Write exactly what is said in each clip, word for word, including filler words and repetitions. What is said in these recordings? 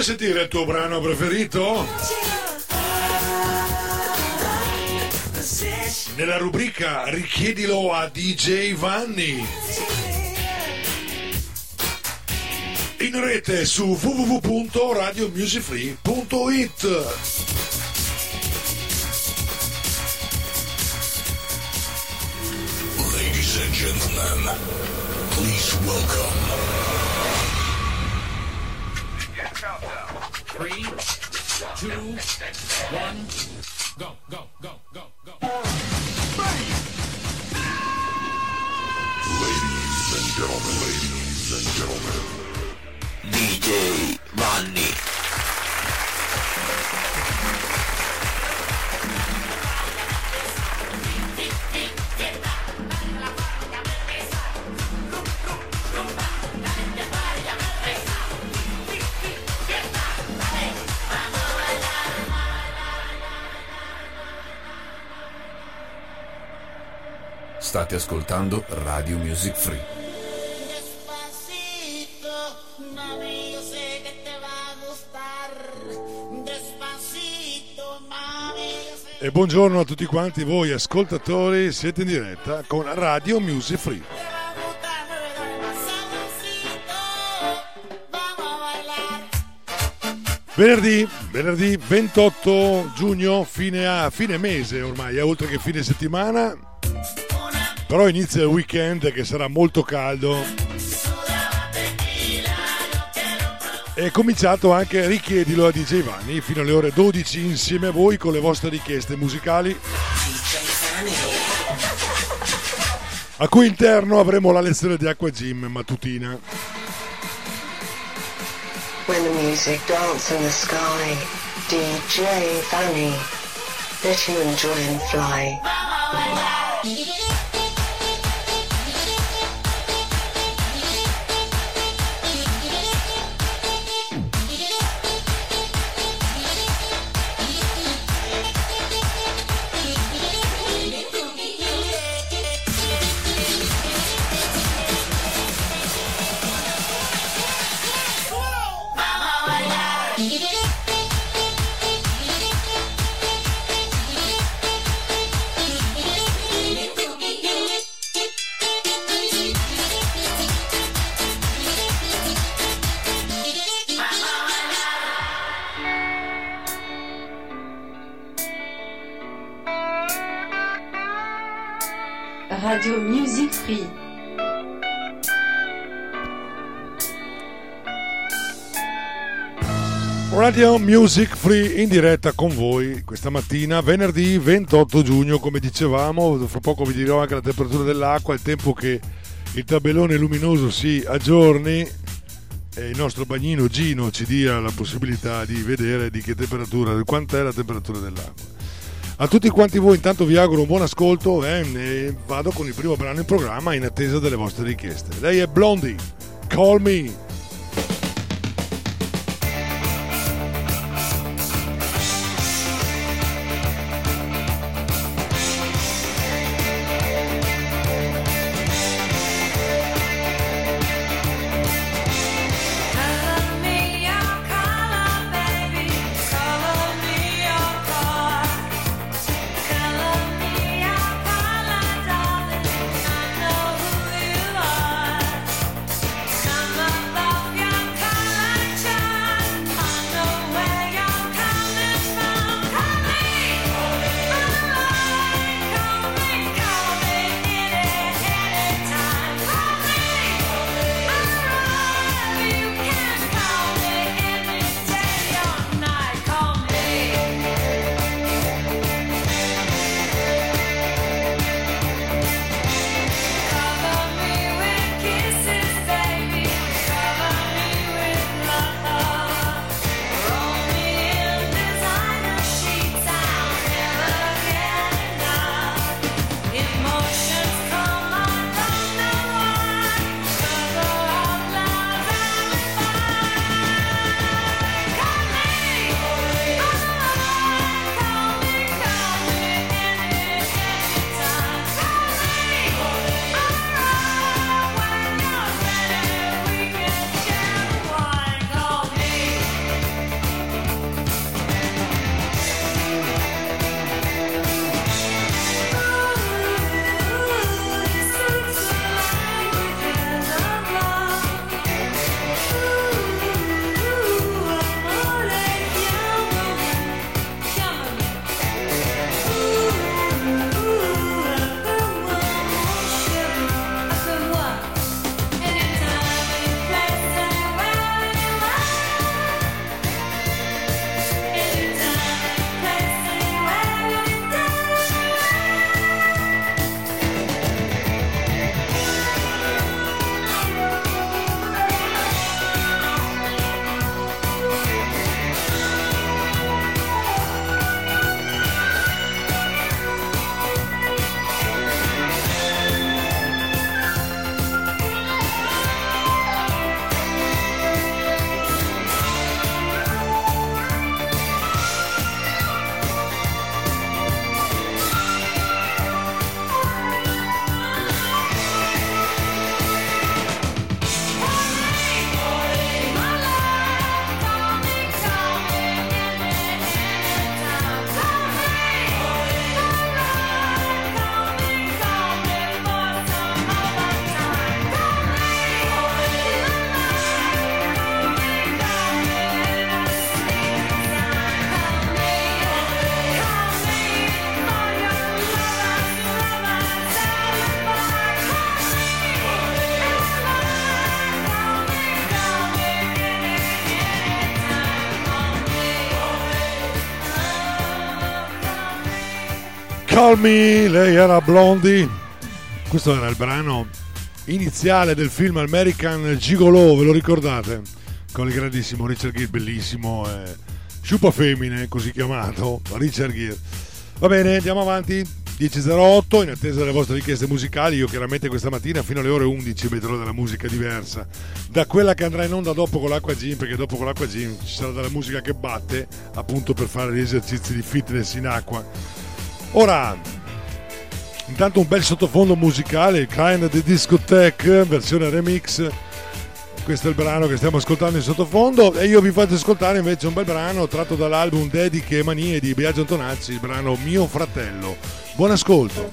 Vuoi sentire il tuo brano preferito? Nella rubrica richiedilo a D J Vanni. In rete su w w w punto radio music free punto i t. Ladies and gentlemen, please welcome. Three, two, one, go, go, go, go, go. Ladies and gentlemen, ladies and gentlemen, D J Vanni. State ascoltando Radio Music Free. E buongiorno a tutti quanti voi ascoltatori, siete in diretta con Radio Music Free. Venerdì, venerdì ventotto giugno, fine, a, fine mese ormai, eh, oltre che fine settimana, però inizia il weekend che sarà molto caldo. È cominciato anche Richiedilo a D J Vanni fino alle ore dodici insieme a voi con le vostre richieste musicali, a cui interno avremo la lezione di Acqua Gym mattutina. When the music dance in the sky, D J Vanni, let you enjoy and fly. Radio Music Free. Radio Music Free in diretta con voi questa mattina, venerdì ventotto giugno, come dicevamo. Fra poco vi dirò anche la temperatura dell'acqua, il tempo che il tabellone luminoso si aggiorni e il nostro bagnino Gino ci dia la possibilità di vedere di che temperatura, di quant'è la temperatura dell'acqua. A tutti quanti voi intanto vi auguro un buon ascolto eh, e vado con il primo brano in programma in attesa delle vostre richieste. Lei è Blondie, Call Me. Bye. Call Me, lei era Blondie. Questo era il brano iniziale del film American Gigolo, ve lo ricordate? Con il grandissimo Richard Gere, bellissimo, eh, Sciupa Femmine, così chiamato, Richard Gere. Va bene, andiamo avanti, dieci e zero otto, in attesa delle vostre richieste musicali. Io chiaramente questa mattina fino alle ore undici metterò della musica diversa da quella che andrà in onda dopo con l'Acqua Gym, perché dopo con l'Acqua Gym ci sarà della musica che batte, appunto per fare gli esercizi di fitness in acqua. Ora, intanto un bel sottofondo musicale, il Kind the Discotheque, versione remix. Questo è il brano che stiamo ascoltando in sottofondo e io vi faccio ascoltare invece un bel brano tratto dall'album Dediche e Manie di Biagio Antonacci, il brano Mio Fratello. Buon ascolto.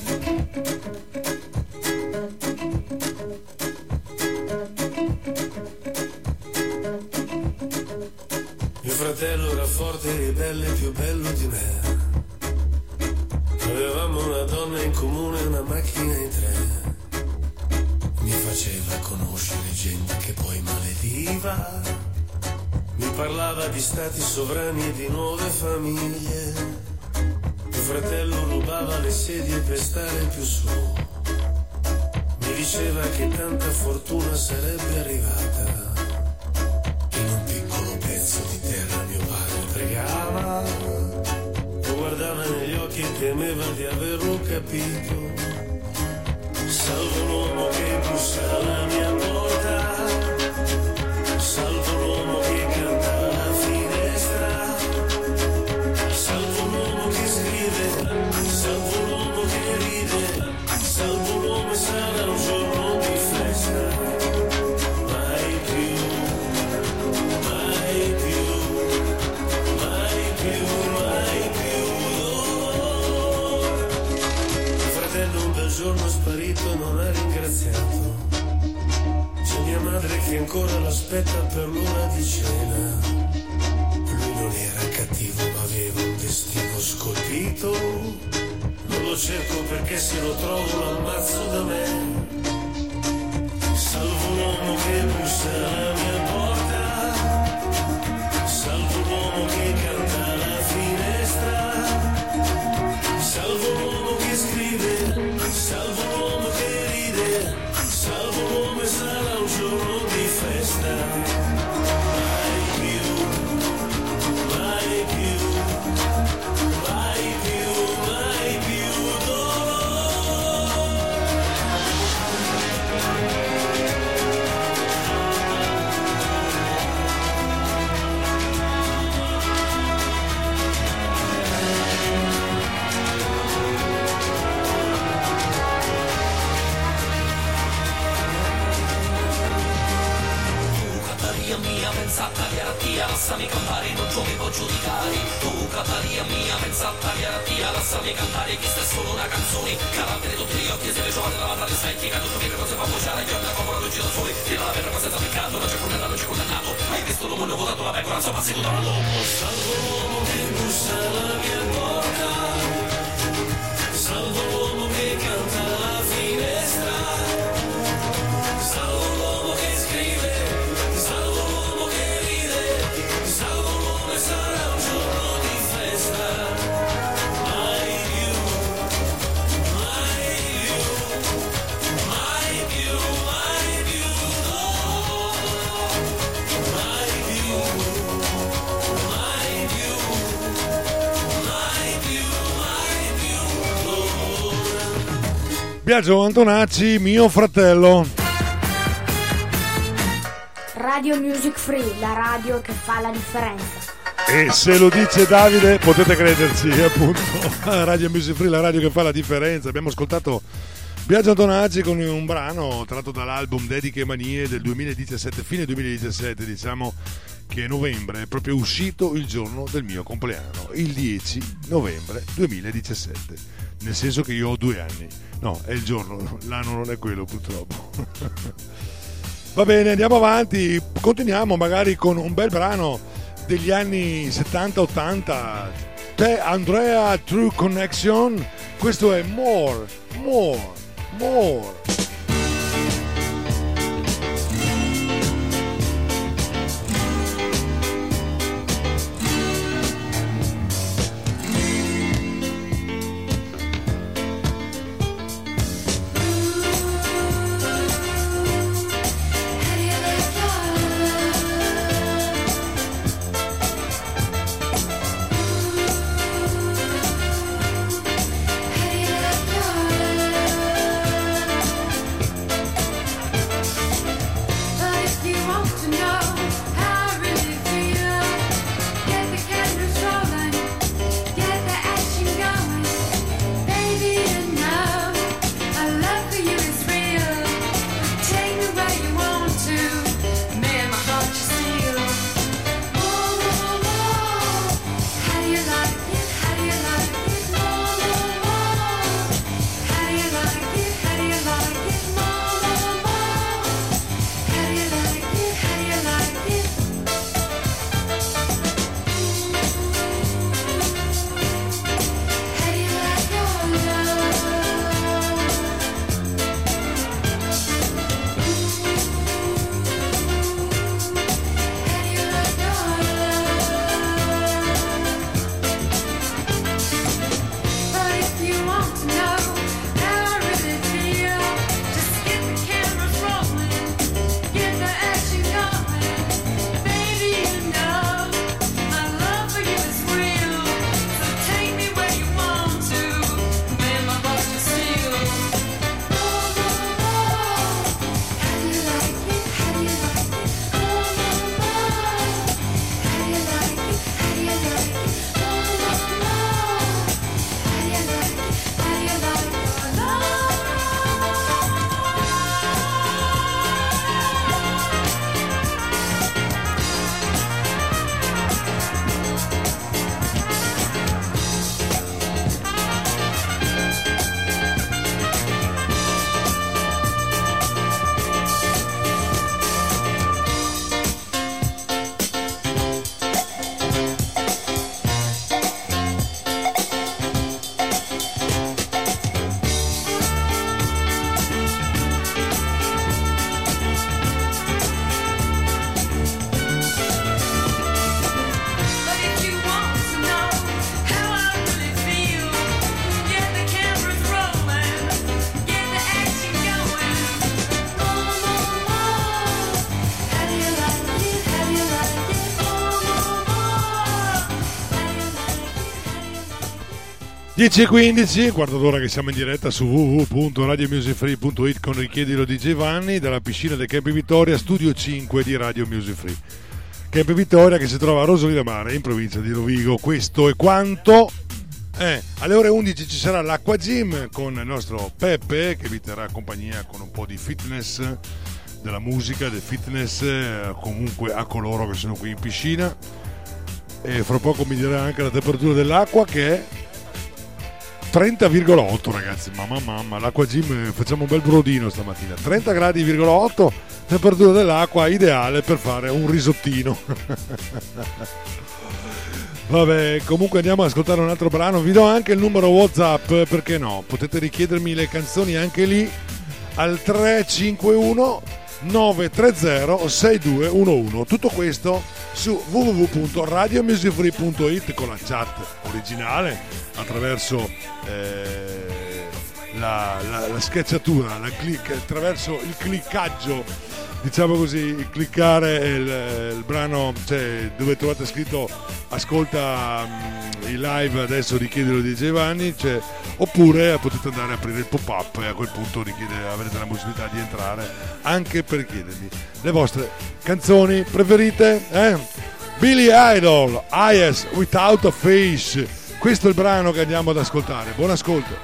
Mio fratello era forte e ribelle, più bello di me. Avevamo una donna in comune, una macchina in tre. Mi faceva conoscere gente che poi malediva. Mi parlava di stati sovrani e di nuove famiglie. Mio fratello rubava le sedie per stare più su. Mi diceva che tanta fortuna sarebbe arrivata. In un piccolo pezzo di terra mio padre pregava. Lo guardava negli occhi e temeva di averlo capito. Salvo l'uomo che bussa alla mia porta, salvo l'uomo che canta alla finestra, salvo l'uomo che scrive, salvo l'uomo che ride, salvo l'uomo e sarà un giorno di festa. Mai più, mai più, mai più, mai più. Mio fratello un bel giorno sparito, non ha ringraziato. C'è mia madre che ancora l'aspetta per l'ora di cena. Lui non era cattivo ma aveva un destino scolpito. Non lo cerco perché se lo trovo lo ammazzo da me. Salvo l'uomo che bussa alla mia porta, salvo l'uomo che canta alla finestra, salvo l'uomo che scrive, salvo l'uomo che ride, salvo l'uomo e sarà un giorno di festa. Mai più, mai più, mai più, mai più dolore. Mia pensata tia, lassami cantare, non giochi può giudicare. Tu Catalia mia pensata tia, lassami cantare, chi sta solo una canzone. Carattere tutti gli occhi, siete giovani dalla vita, specchi, tutto che cosa fa vociare, io da comoro non giro soli. Tira la perra senza peccato, non c'è condannato, non c'è condannato. Hai visto l'uomo, ne ho votato la pecora, so passi tutta la lobo. Salvo l'uomo che bussa alla mia porta, salvo l'uomo che canta alla finestra, salvo l'uomo che scrive, salvo l'uomo che ride, salvo l'uomo e sarà un giorno di festa. Mai più, mai più, mai più, mai più, no. Mai più, mai più, mai più, mai più, no. Biagio Antonacci, Mio Fratello. Radio Music Free, la radio che fa la differenza. E se lo dice Davide potete crederci, appunto. Radio Music Free, la radio che fa la differenza. Abbiamo ascoltato Biagio Antonacci con un brano tratto dall'album Dediche e Manie del duemiladiciassette, fine duemiladiciassette, diciamo che novembre è proprio uscito il giorno del mio compleanno, il dieci novembre duemiladiciassette, nel senso che io ho due anni. No, è il giorno, l'anno non è quello purtroppo. Va bene, andiamo avanti, continuiamo magari con un bel brano degli anni settanta ottanta. Te Andrea, True Connection, questo è More, More, More. dieci e quindici, quarto d'ora che siamo in diretta su w w w punto radio music free punto it con Richiedilo di Giovanni dalla piscina del Campi Vittoria, studio cinque di Radio Music Free. Campi Vittoria che si trova a Rosolina Mare in provincia di Rovigo. Questo è quanto. Eh, alle ore undici ci sarà l'Acqua Gym con il nostro Peppe che vi terrà compagnia con un po' di fitness, della musica, del fitness, eh, comunque a coloro che sono qui in piscina. E fra poco mi dirà anche la temperatura dell'acqua che è trenta virgola otto, ragazzi, mamma mamma, l'Acqua Gym, facciamo un bel brodino stamattina, trenta gradi virgola otto, temperatura dell'acqua ideale per fare un risottino. Vabbè, comunque andiamo ad ascoltare un altro brano, vi do anche il numero WhatsApp, perché no, potete richiedermi le canzoni anche lì al tre cinque uno nove tre zero sei due uno uno, tutto questo su w w w punto radio music free punto it con la chat originale attraverso eh, la, la, la schiacciatura, la click, attraverso il cliccaggio, diciamo così, il cliccare il, il brano, cioè dove trovate scritto ascolta um, il live adesso Richiedilo di Giovanni, cioè, oppure potete andare a aprire il pop-up e a quel punto richiede, avrete la possibilità di entrare anche per chiedermi le vostre canzoni preferite, eh? Billy Idol, Eyes Without a Face, questo è il brano che andiamo ad ascoltare, buon ascolto.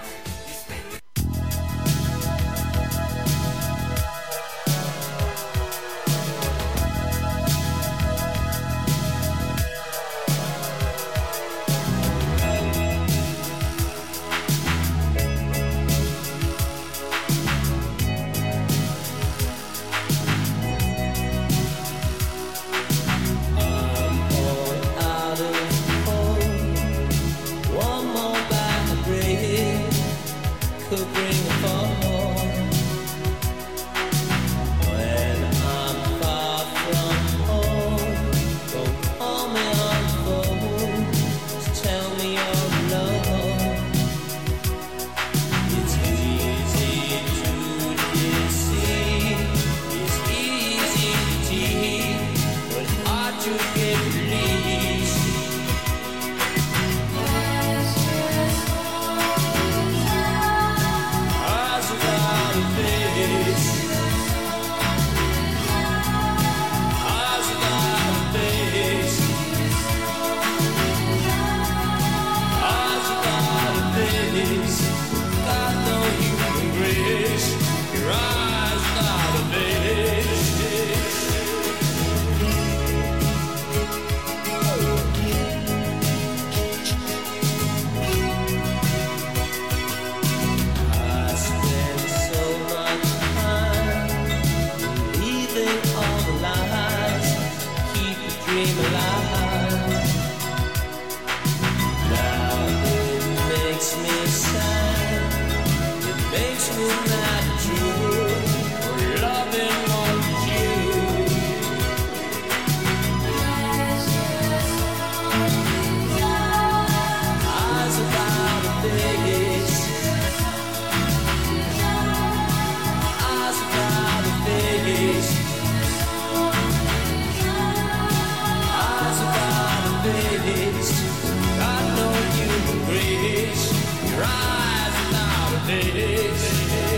Eyes without a face. face.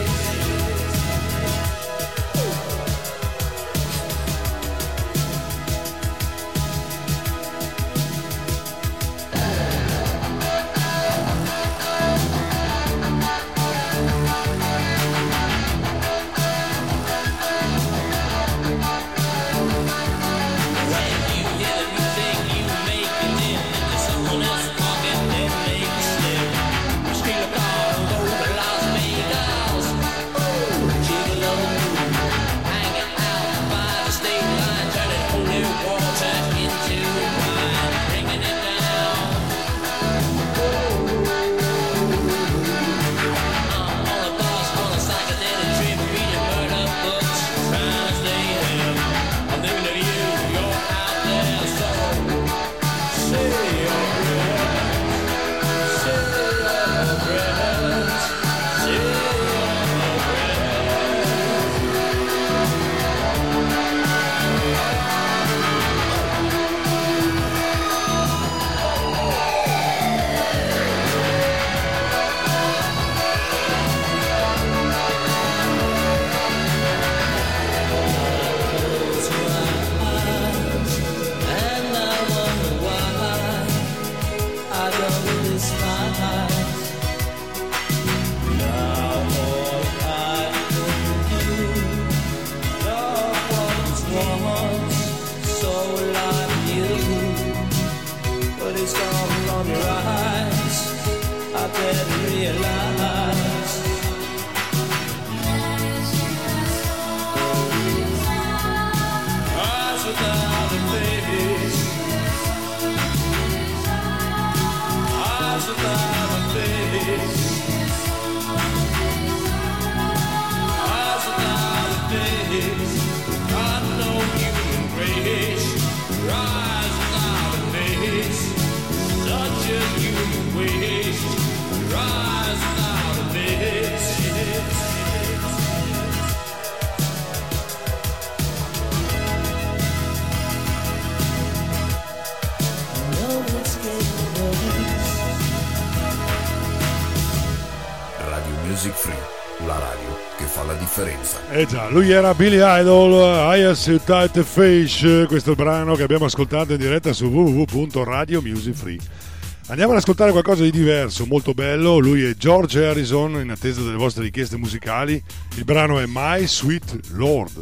Music Free, la radio che fa la differenza. Eh già, lui era Billy Idol, I Have Tight Face, questo è il brano che abbiamo ascoltato in diretta su w w w punto radio music free. Andiamo ad ascoltare qualcosa di diverso, molto bello. Lui è George Harrison, in attesa delle vostre richieste musicali. Il brano è My Sweet Lord.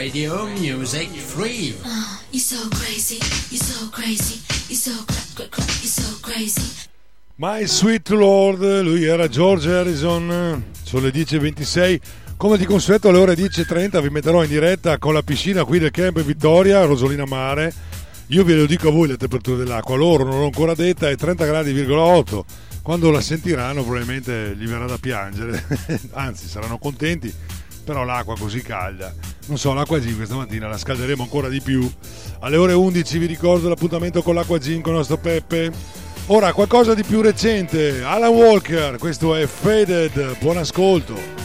Radio Music Free. Oh, you're so crazy, you're so crazy, you're so cra- cra- cra- you're so crazy. My Sweet Lord, lui era George Harrison. Sono le dieci e ventisei. Come di consueto alle ore dieci e trenta vi metterò in diretta con la piscina qui del camp Vittoria, Rosolina Mare. Io ve lo dico a voi le temperature dell'acqua, loro non l'ho ancora detta, è trenta gradi virgola otto. Quando la sentiranno probabilmente gli verrà da piangere, anzi saranno contenti, però l'acqua così calda. Non so, l'acqua gin questa mattina la scalderemo ancora di più. Alle ore undici vi ricordo l'appuntamento con l'acqua gin con il nostro Peppe. Ora qualcosa di più recente, Alan Walker, questo è Faded, buon ascolto.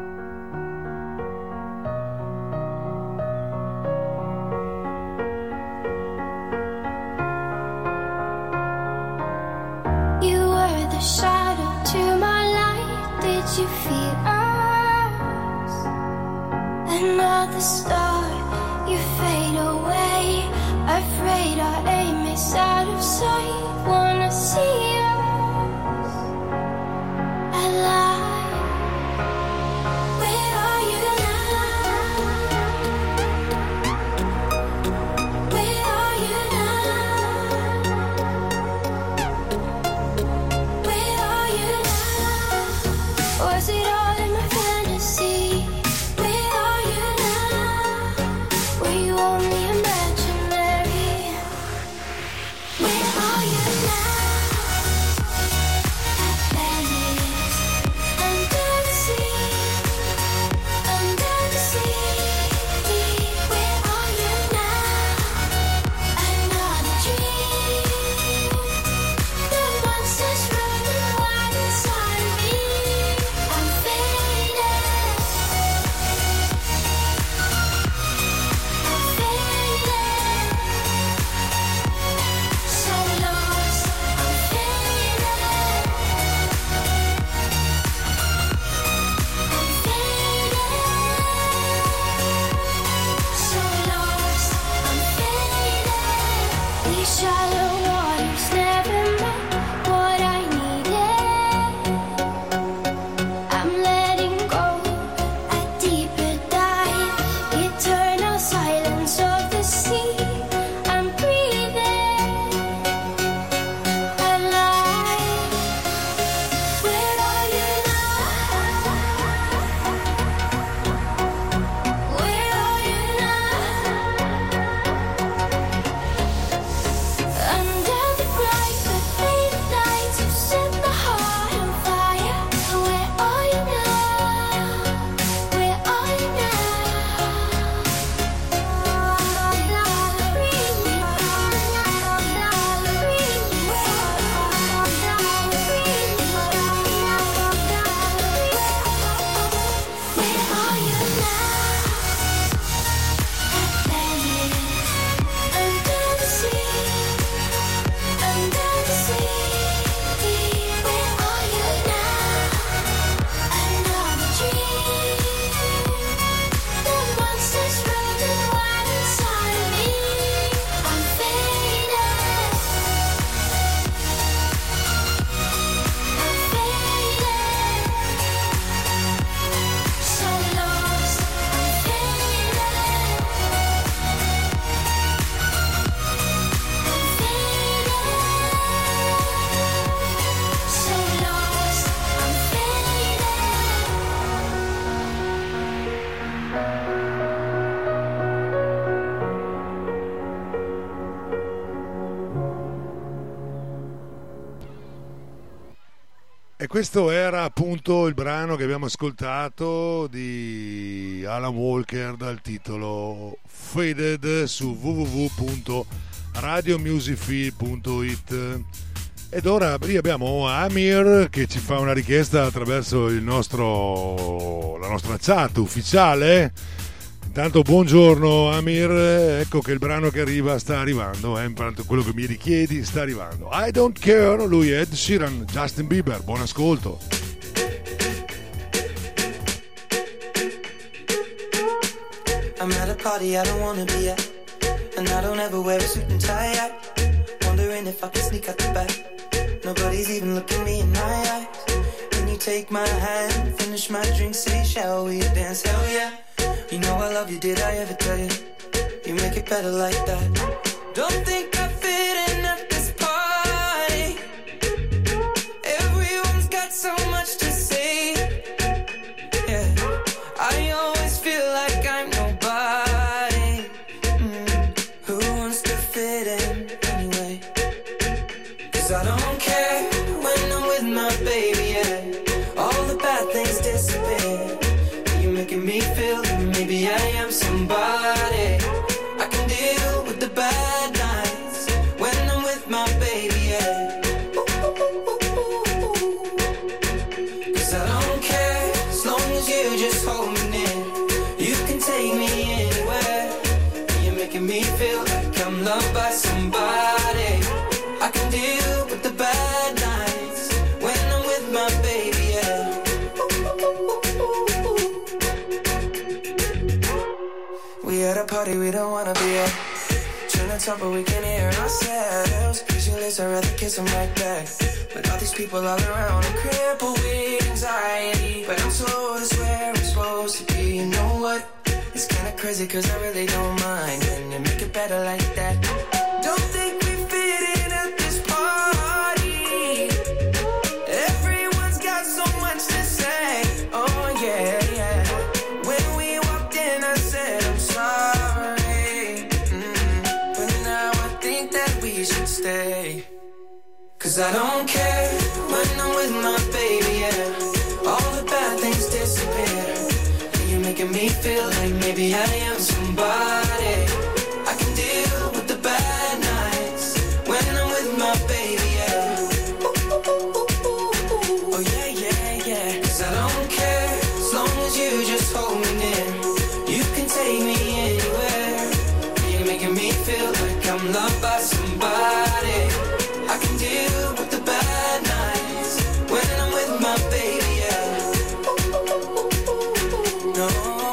Shadow to my light, did you feel us? Another star, you fade away. Afraid our aim is out of sight. Wanna see us alive. Where are you now? Where are you now? Was it all in my fantasy? Where are you now? Were you only imaginary? Where are you now? Atlantis, under the sea, under the sea. Where are you now? Another dream. The monsters running wild inside of me. Shallow waters never met what I needed. I'm letting go a deeper dive. Eternal silence of the sea. I'm breathing alive. Where are you now? Where are you now? Under the bright but faded lights, you set the heart on fire. Where are you now? Where are you now? Breathe me, where are you now? Atlantis, under the sea, under the sea. Where are you now? Another dream. The monsters running wild inside of me. I'm faded. I'm faded. So lost. I'm faded. So lost, I'm faded. E questo era appunto il brano che abbiamo ascoltato di Alan Walker dal titolo Faded su w w w punto radio music free punto i t. Ed ora lì abbiamo Amir che ci fa una richiesta attraverso il nostro la nostra chat ufficiale. Intanto buongiorno Amir, ecco che il brano che arriva sta arrivando, eh, quello che mi richiedi sta arrivando. I Don't Care, lui è Ed Sheeran, Justin Bieber, buon ascolto. I'm at a party I don't wanna be at, and I don't ever wear a suit and tie at. Wondering if I can sneak out the back. Nobody's even looking me in my eyes. Can you take my hand, finish my drink, say shall we dance, hell yeah. You know I love you, did I ever tell you? You make it better like that. Don't think I fit in at this party. Everyone's got so much to say. Yeah, I always feel like I'm nobody. Mm, who wants to fit in anyway? Cause I don't care when I'm with my baby, yeah. All the bad things disappear. You're making me feel that maybe I am somebody. I can deal with the bad nights when I'm with my baby, yeah. Cause I don't care as long as you just hold me near. You can take me anywhere. You're making me feel like I'm loved by somebody. I can deal with the bad nights when I'm with my baby, yeah. We at a party we don't wanna be at. Trying to talk but we can hear ourselves. Pictureless, I'd rather kiss them right back. With all these people all around, I'm crippled with anxiety. But I'm told it's where I'm supposed to be. You know what? It's kinda crazy cause I really don't mind. Can you make it better like that? Don't think we fit in at this party. Everyone's got so much to say. Oh yeah, yeah. When we walked in I said I'm sorry. Mm, but now I think that we should stay. Cause I don't care when I'm with my baby, yeah. All the bad things disappear. You're making me feel like maybe I am somebody. I can deal with the bad nights when I'm with my baby, yeah. Oh yeah, yeah, yeah. Cause I don't care as long as you just hold me near. You can take me anywhere. You're making me feel like I'm loved by somebody. I can deal with the bad nights when I'm with my baby, yeah. No,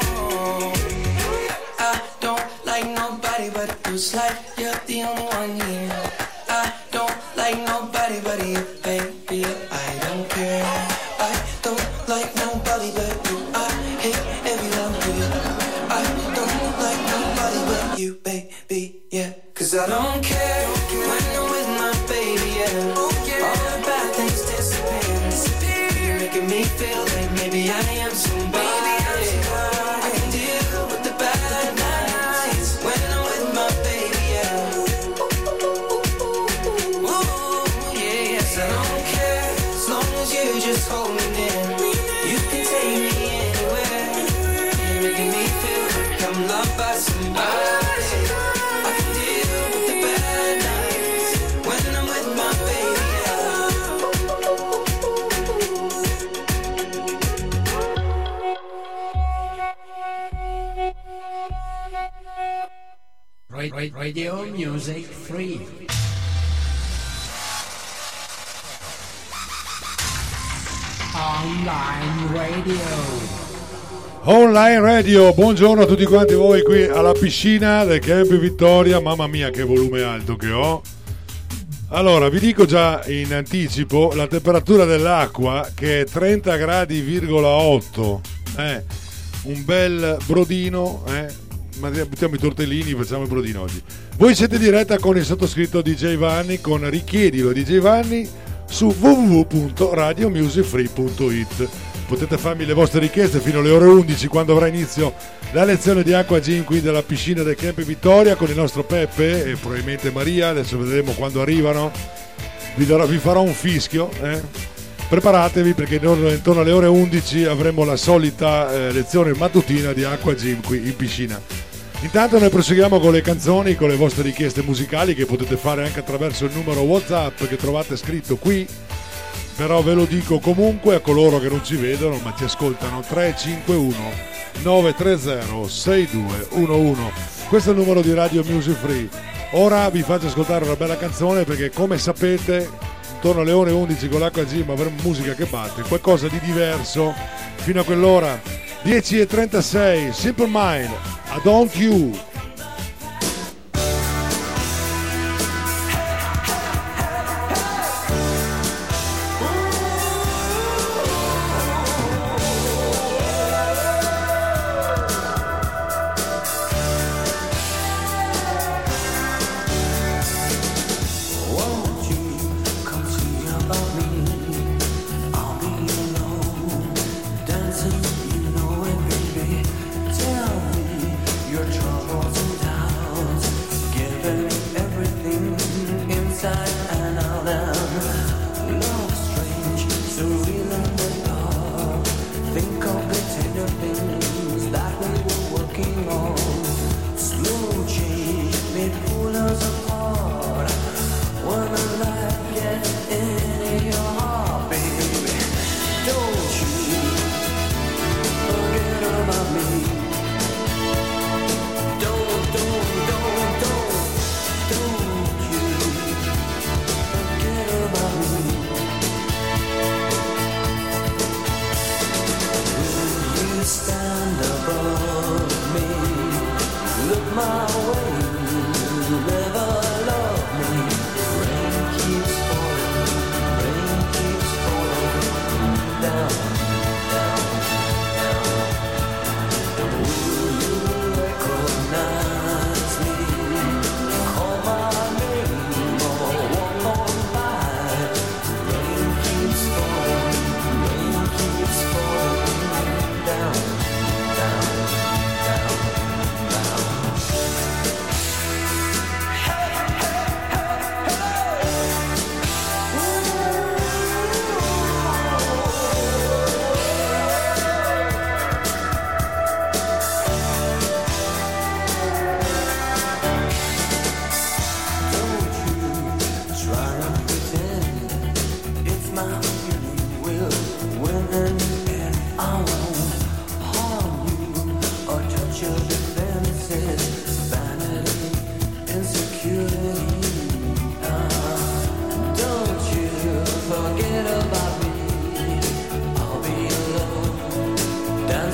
I don't like nobody but you. It's like you're the only one here. I don't like nobody but you, baby. I don't care. I don't like nobody but you. I hate everyone here. I don't like nobody but you, baby, yeah. Cause I don't care when I'm with my baby, yeah. All the bad things disappear. You're making me feel like maybe I am somebody. I can deal with the bad nights when I'm with my baby, yeah. Ooh, yeah, yes, I don't care as long as you just hold me near. You can take me anywhere. You're making me feel like I'm loved by somebody. Radio Music Free. Online Radio. Online Radio, buongiorno a tutti quanti voi qui alla piscina del Camp Vittoria. Mamma mia che volume alto che ho. Allora vi dico già in anticipo la temperatura dell'acqua che è trenta gradi virgola otto, eh, un bel brodino, eh. Ma buttiamo i tortellini, facciamo il brodino oggi. Voi siete in diretta con il sottoscritto D J Vanni con Richiedilo D J Vanni su w w w punto radio music free punto i t. Potete farmi le vostre richieste fino alle ore undici quando avrà inizio la lezione di acqua gym qui della piscina del Camp Vittoria con il nostro Peppe e probabilmente Maria. Adesso vedremo quando arrivano. Vi, darò, vi farò un fischio, eh? Preparatevi perché intorno alle ore undici avremo la solita eh, lezione mattutina di acqua gym qui in piscina. Intanto noi proseguiamo con le canzoni, con le vostre richieste musicali che potete fare anche attraverso il numero WhatsApp che trovate scritto qui, però ve lo dico comunque a coloro che non ci vedono ma ci ascoltano: tre cinque uno nove tre zero sei due uno uno. Questo è il numero di Radio Music Free. Ora vi faccio ascoltare una bella canzone perché, come sapete, intorno alle ore undici con l'Acqua Gym avremo musica che batte, qualcosa di diverso fino a quell'ora. Dieci e trentasei, Simple Mind, I Don't You.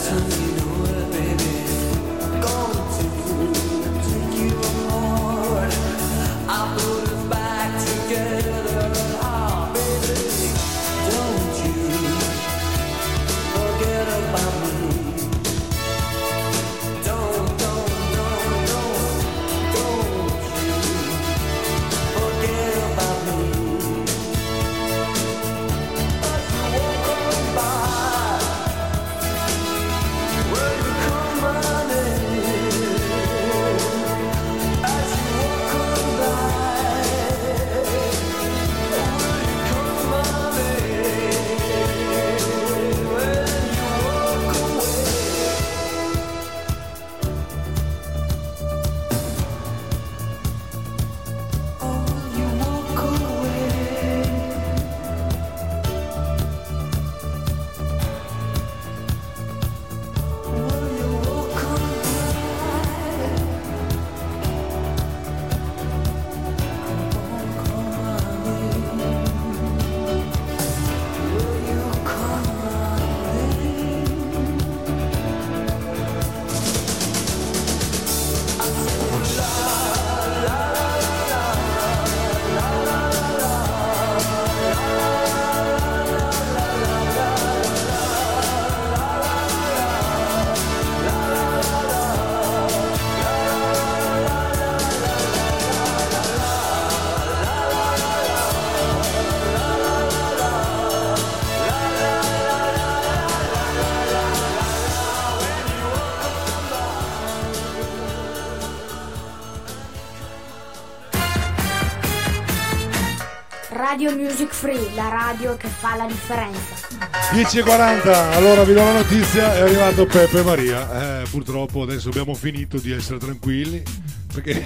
Radio Music Free, la radio che fa la differenza. dieci e quaranta, allora vi do la notizia, è arrivato Peppe e Maria. Eh, purtroppo adesso abbiamo finito di essere tranquilli, perché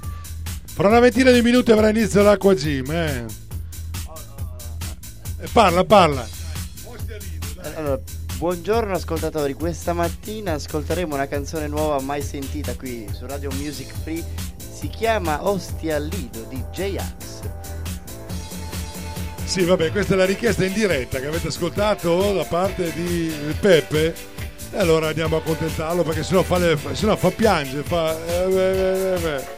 fra una ventina di minuti avrà inizio l'Acqua Gym. Eh. E parla, parla. Allora, buongiorno ascoltatori, questa mattina ascolteremo una canzone nuova mai sentita qui su Radio Music Free. Si chiama Ostia al Lido di J-Ax. Sì, vabbè, questa è la richiesta in diretta che avete ascoltato da parte di Peppe. E allora andiamo a accontentarlo, perché sennò fa, le, sennò fa piangere, fa... Eh, beh, beh, beh.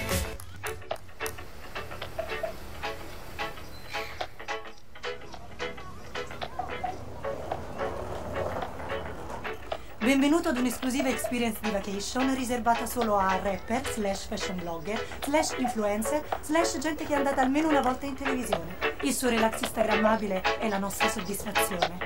Benvenuto ad un'esclusiva experience di vacation riservata solo a rapper, slash fashion blogger, slash influencer, slash gente che è andata almeno una volta in televisione. Il suo relax instagrammabile è la nostra soddisfazione.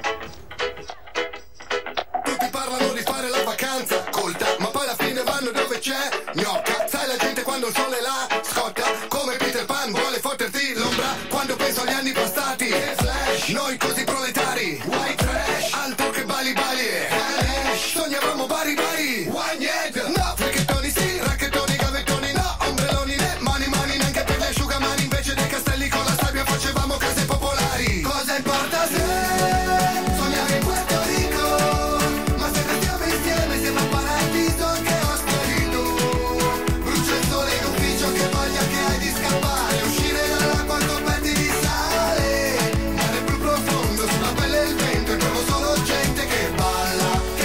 Tutti parlano di fare la vacanza, colta, ma poi alla fine vanno dove c'è gnocca. Sai la gente quando il sole la scotta, come Peter Pan vuole fotterti l'ombra. Quando penso agli anni passati, flash, noi così proletari, white trash, altro che bali bali, sognavamo bari bari, wine yet, no, fricchettoni sì, racchettoni, gavettoni no, ombrelloni né, mani mani neanche per le asciugamani, invece dei castelli con la sabbia facevamo case popolari. Cosa importa se sogniamo in Puerto Rico, ma se restiamo insieme sembra un paradiso che ho spedito. Brucia il sole in ufficio, che voglia che hai di scappare, uscire dall'acqua con petti di sale, mare più profondo, sulla pelle il vento, e trovo solo gente che balla.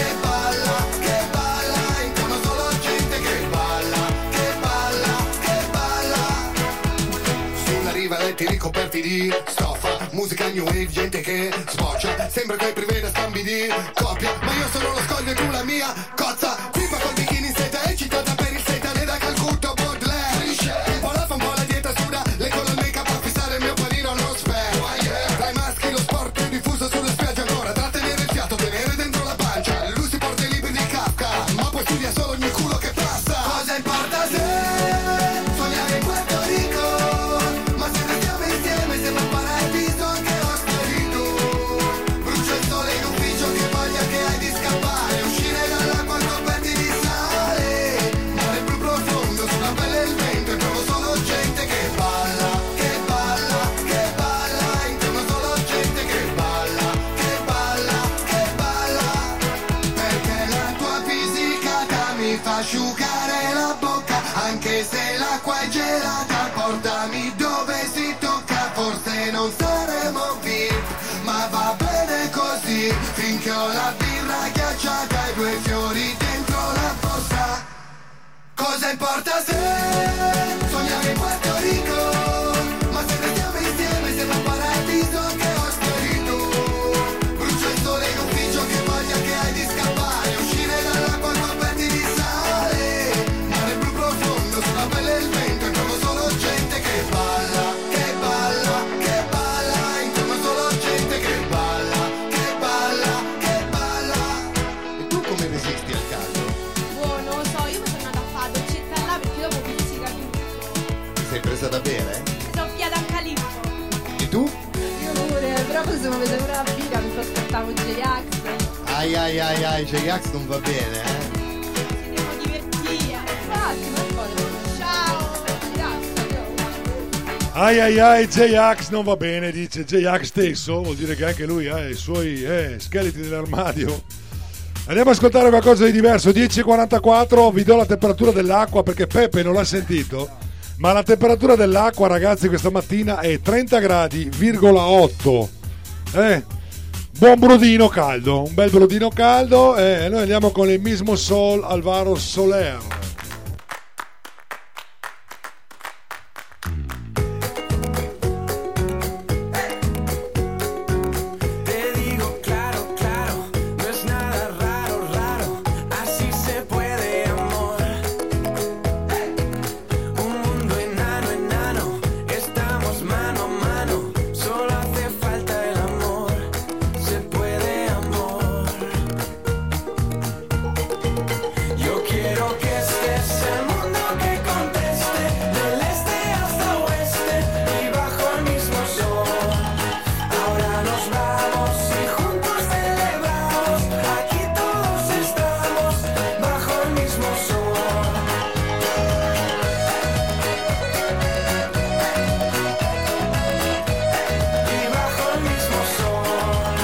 Letti ricoperti di stoffa, musica new wave, gente che sboccia, sembra che preveda scambi di coppia, ma io sono lo scoglio e tu la mia cozza, pipa col bikini in seta, eccitata per il setane da Calcutta, Baudelaire, un po' la fa, un po' la dieta suda, le con il make up a fissare il mio panino allo sfer, tra i maschi lo sport più diffuso sulle spiagge ancora, trattenere il fiato, tenere dentro la pancia, lui si porta i libri di Kafka, ma poi studia solo ogni culo che passa. Cosa importa se sogniamo in Puerto Rico, sembra un paradiso che ho spedito. Brucia il sole in ufficio, che voglia che hai di scappare, uscire dall'acqua con petti di sale, mare più profondo, sulla pelle il vento, e trovo solo gente che balla, che balla, che balla, intorno solo gente che balla, che balla, che balla, perché la tua fisicata mi fa asciugare la bocca, anche se l'acqua è gelata, portami dove si tocca. Forse non saremo V I P, ma va bene così, finché ho la birra ghiacciata e due fiori dentro la borsa. Cosa importa se sogniamo in Puerto Rico, ma se restiamo insieme sembra un paradiso che ho schiarito. Brucia il sole in ufficio, che voglia che hai di scappare, uscire dall'acqua coperti di sale, mare blu profondo sulla pelle e il vento, intorno solo gente che balla, che balla, che balla, intorno solo gente che balla, che balla, che balla. E tu come resisti al caldo? Oh, non lo so, io mi sono andata a fare dolcetta là perché dopo pizzica tutto. Ti sei presa da bere? Soffiata a calippo. E tu? Io pure, però poi se mi vedo pure la birra mi aspettavo J-Ax. Ai ai ai ai, J-Ax non va bene, eh? Ci devo divertire. Infatti, ma poi ciao, grazie. Ai ai ai, J-Ax non va bene, dice J-Ax stesso, vuol dire che anche lui ha i suoi eh, scheletri nell'armadio. Andiamo ad ascoltare qualcosa di diverso. Dieci e quarantaquattro, vi do la temperatura dell'acqua perché Peppe non l'ha sentito, ma la temperatura dell'acqua, ragazzi, questa mattina è trenta gradi virgola otto. Eh, buon brodino caldo, un bel brodino caldo, e eh, noi andiamo con il mismo Sol Alvaro Soler. Te digo claro, claro, no es nada raro, raro, así se puede amor. Un mundo enano, enano, estamos mano a mano, solo hace falta el amor, se puede amor. Yo quiero que estés el mundo que conteste, del este hasta oeste y bajo el mismo sol. Ahora nos vamos y juntos celebramos, aquí todos estamos bajo el mismo sol. Y bajo el mismo sol.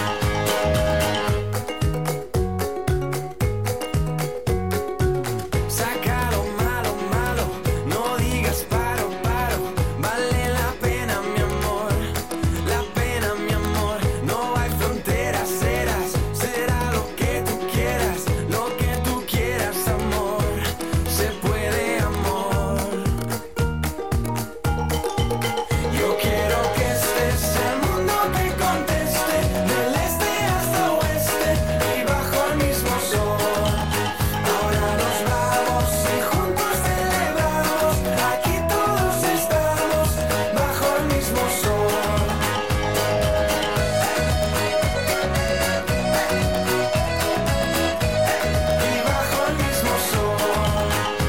Saca lo malo, malo, no digas paro, paro, vale la pena mi amor, la pena mi amor, no hay fronteras, serás, será lo que tú quieras, lo que tú quieras amor, se puede amor. Yo quiero que estés el mundo que conteste, del este hasta oeste y bajo el mismo sol. Ahora nos vamos y juntos celebramos, aquí todos estamos bajo el mismo sol. Y bajo el mismo sol.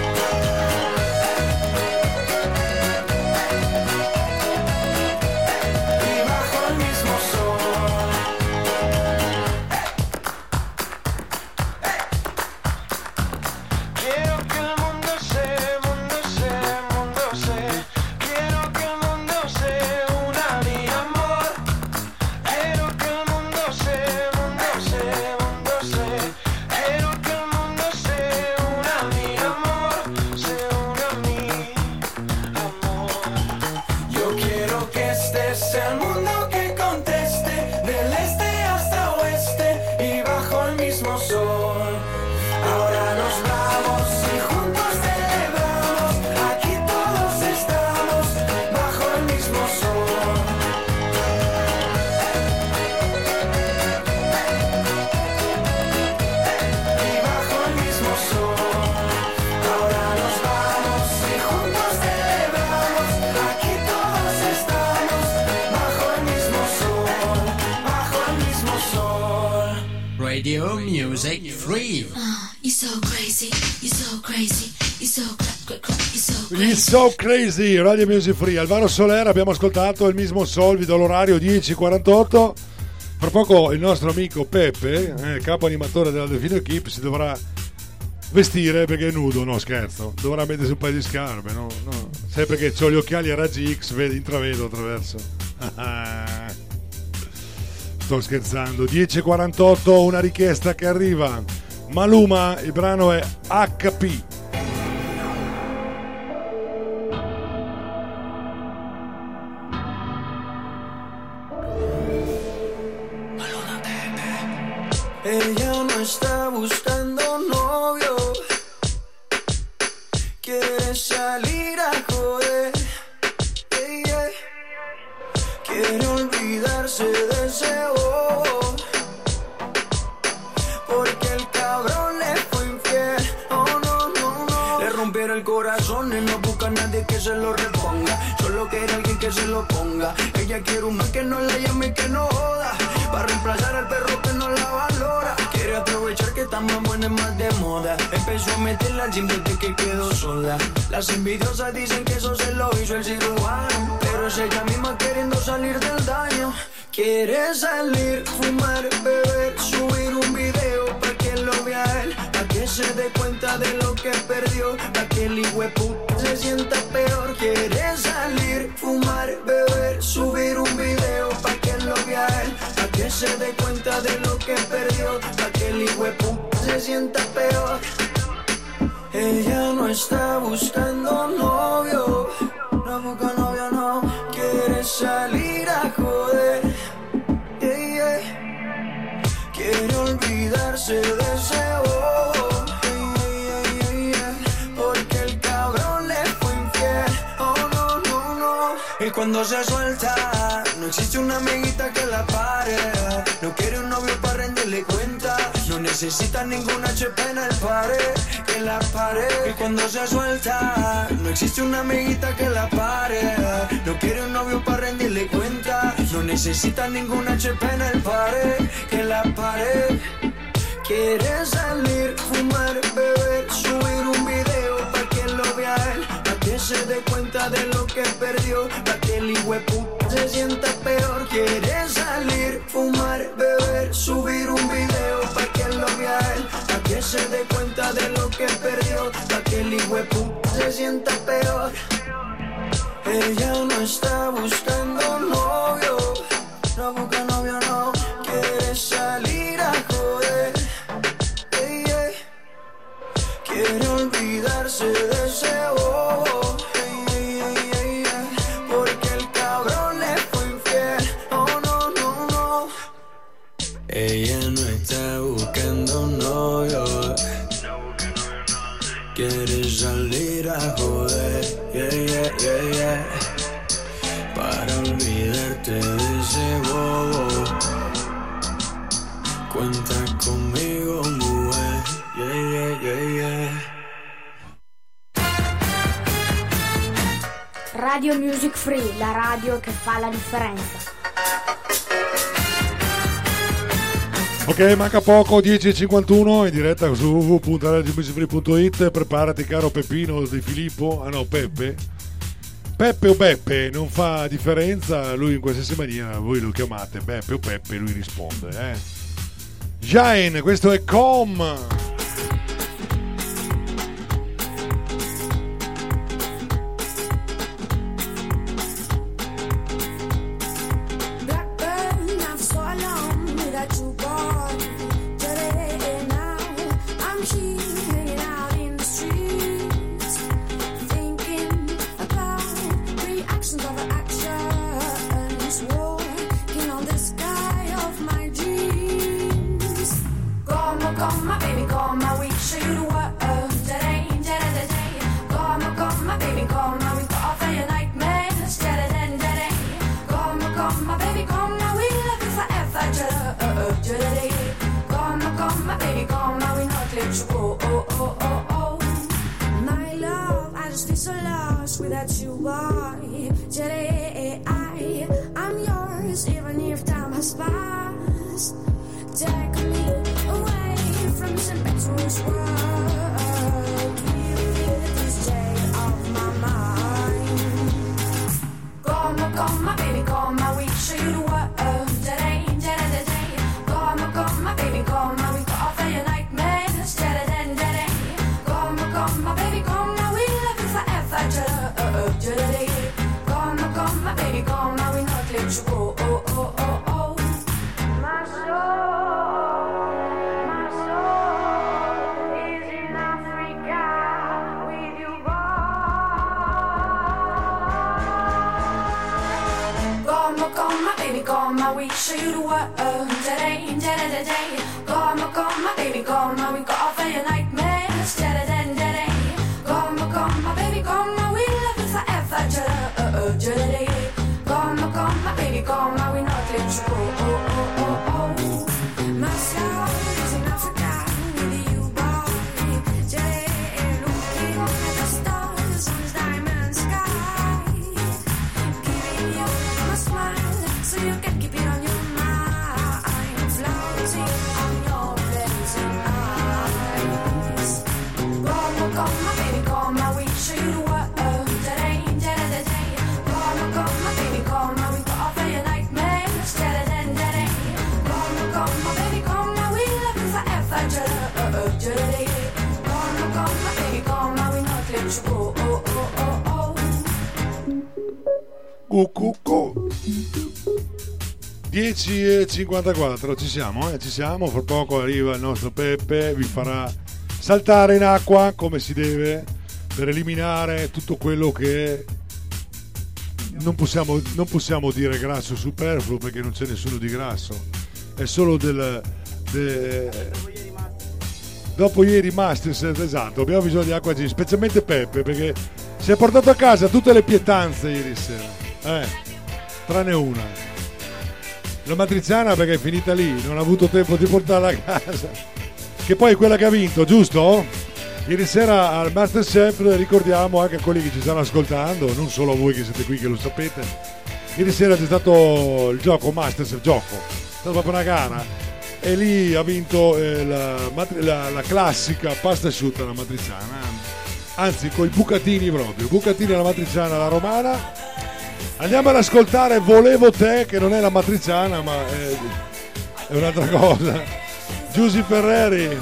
Y bajo el mismo sol. Quiero que el mundo se, mundo se, mundo se. Quiero que el mundo se una a mi amor. Quiero que el mundo se, mundo se, mundo se. Quiero que el mundo se una a mi amor, se una a mi amor. Yo quiero que estés el mundo que conteste, del este hasta oeste y bajo el mismo sol. Ahora nos vamos y juntos celebramos, aquí todos estamos bajo el mismo sol. Y bajo el mismo sol. Ahora nos vamos y juntos celebramos, aquí todos estamos bajo el mismo sol, bajo el mismo sol. Radio Music Free. You're so crazy, you're so crazy, you're so cra- cra- cra- you're so It's so crazy, Radio Music Free. Alvaro Soler, abbiamo ascoltato il mismo Sol, vi do l'orario dieci e quarantotto. Fra poco il nostro amico Peppe, eh, capo animatore della Delfino Equipe, si dovrà vestire perché è nudo, no scherzo, dovrà mettersi un paio di scarpe, no? No. Sai perché ho gli occhiali a raggi X, vedi, intravedo attraverso. Sto scherzando. Dieci e quarantotto, una richiesta che arriva. Maluma, il brano è acca pi. Ella no está buscando novio, quiere salir a joder, yeah, yeah. Quiere olvidarse de ese bobo, porque el cabrón le fue infiel. Oh no, no, no. Le rompieron el corazón y no busca a nadie que se lo reponga, solo quiere alguien que se lo ponga. Ella quiere un man que no la llame y que no joda, para reemplazar al perro que no la valora. Quiere aprovechar que está más buena y más de moda. Empezó a meterla al gym desde que quedó sola. Las envidiosas dicen que eso se lo hizo el cirujano, pero es ella misma queriendo salir del daño. Quiere salir, fumar, beber, subir un video pa' que lo vea él, pa' que se dé cuenta de lo que perdió, pa' que el hijueputa se sienta peor. Quiere salir, fumar, beber, subir un video pa' que lo vea él, pa' que se dé cuenta de lo que perdió, pa' que el hijueputa se sienta peor. Ella no está buscando novio, no busca novio, no. Quiere salir a joder, yeah, yeah. Quiere olvidarse de ese bobo, yeah, yeah, yeah, yeah. Porque el cabrón le fue infiel. Oh no, no, no. Y cuando se suelta, no existe una amiguita que la pare. No quiere un novio para rendirle cuenta, no necesita ninguna H P en el pared, que la pare. Y cuando se suelta, no existe una amiguita que la pare. No quiere un novio para rendirle cuenta, no necesita ninguna H P en el pared, que la pare. Quiere salir, fumar, beber, subir un video pa' que lo vea él, pa' que se dé cuenta de lo que perdió, pa' que el hijueputa se sienta peor. Quiere salir, fumar, beber, subir un video pa' que lo vea él, pa' que se dé cuenta de lo que perdió, pa' que el hijueputa se sienta peor. Ella no está buscando novio, no busca novio, no. Quiere salir a joder, yeah, yeah. Quiere olvidarse de ese bobo, yeah, yeah, yeah, yeah. Porque el cabrón le fue infiel. Oh no, no, no. Ella no está buscando novio, quiere salir a joder, yeah, yeah, yeah, yeah. Para olvidarte de ese bobo, cuenta conmigo, mujer, yeah, yeah, yeah, yeah. Radio Music Free, la radio che fa la differenza. Ok, manca poco, dieci e cinquantuno, in diretta su w w w punto radio music free punto i t. Preparati caro Peppino di Filippo, ah no, Peppe. Peppe o Beppe, non fa differenza, lui in qualsiasi maniera, voi lo chiamate Beppe o Peppe, lui risponde, eh. Jain, questo è Com. Come, come, baby, come, we got off your nightmares. Jada den jada, come, come, my baby, come, we love you forever. Jada, uh, uh, jada day. Come, come, my baby, come, we not let you go. Oh, oh, oh, oh. My soul is in Africa with you, boy. Jada, looking at the stars on this diamond sky. Giving you my smile so you can keep it on your mind. Floating on your blazing eyes. Come, come, my baby, come, I will show you the world. Today, today, today. Come, come, my baby, come, we got off of your nightmares. Today, today. Come, come, my baby, come, we love you forever. Today, today. Come, come, my baby, come, we not let you go. Oh, oh, oh, oh. Cu, cu, cu. dieci e cinquantaquattro, ci siamo, eh? Ci siamo, fra poco arriva il nostro Peppe, vi farà saltare in acqua come si deve per eliminare tutto quello che non possiamo, non possiamo dire grasso superfluo, perché non c'è nessuno di grasso, è solo del, de... dopo ieri Masters, esatto, abbiamo bisogno di acqua, specialmente Peppe, perché si è portato a casa tutte le pietanze ieri sera, eh, tranne una. La matriciana perché è finita lì, non ha avuto tempo di portarla a casa, che poi è quella che ha vinto, giusto? Ieri sera al Masterchef, ricordiamo anche a quelli che ci stanno ascoltando, non solo a voi che siete qui che lo sapete, ieri sera c'è stato il gioco Masterchef, gioco, è stata proprio una gara e lì ha vinto eh, la, la, la classica pasta asciutta alla matriciana, anzi con i bucatini proprio, bucatini alla matriciana alla romana. Andiamo ad ascoltare Volevo te, che non è la matriciana ma è, è un'altra cosa. Giusy Ferreri.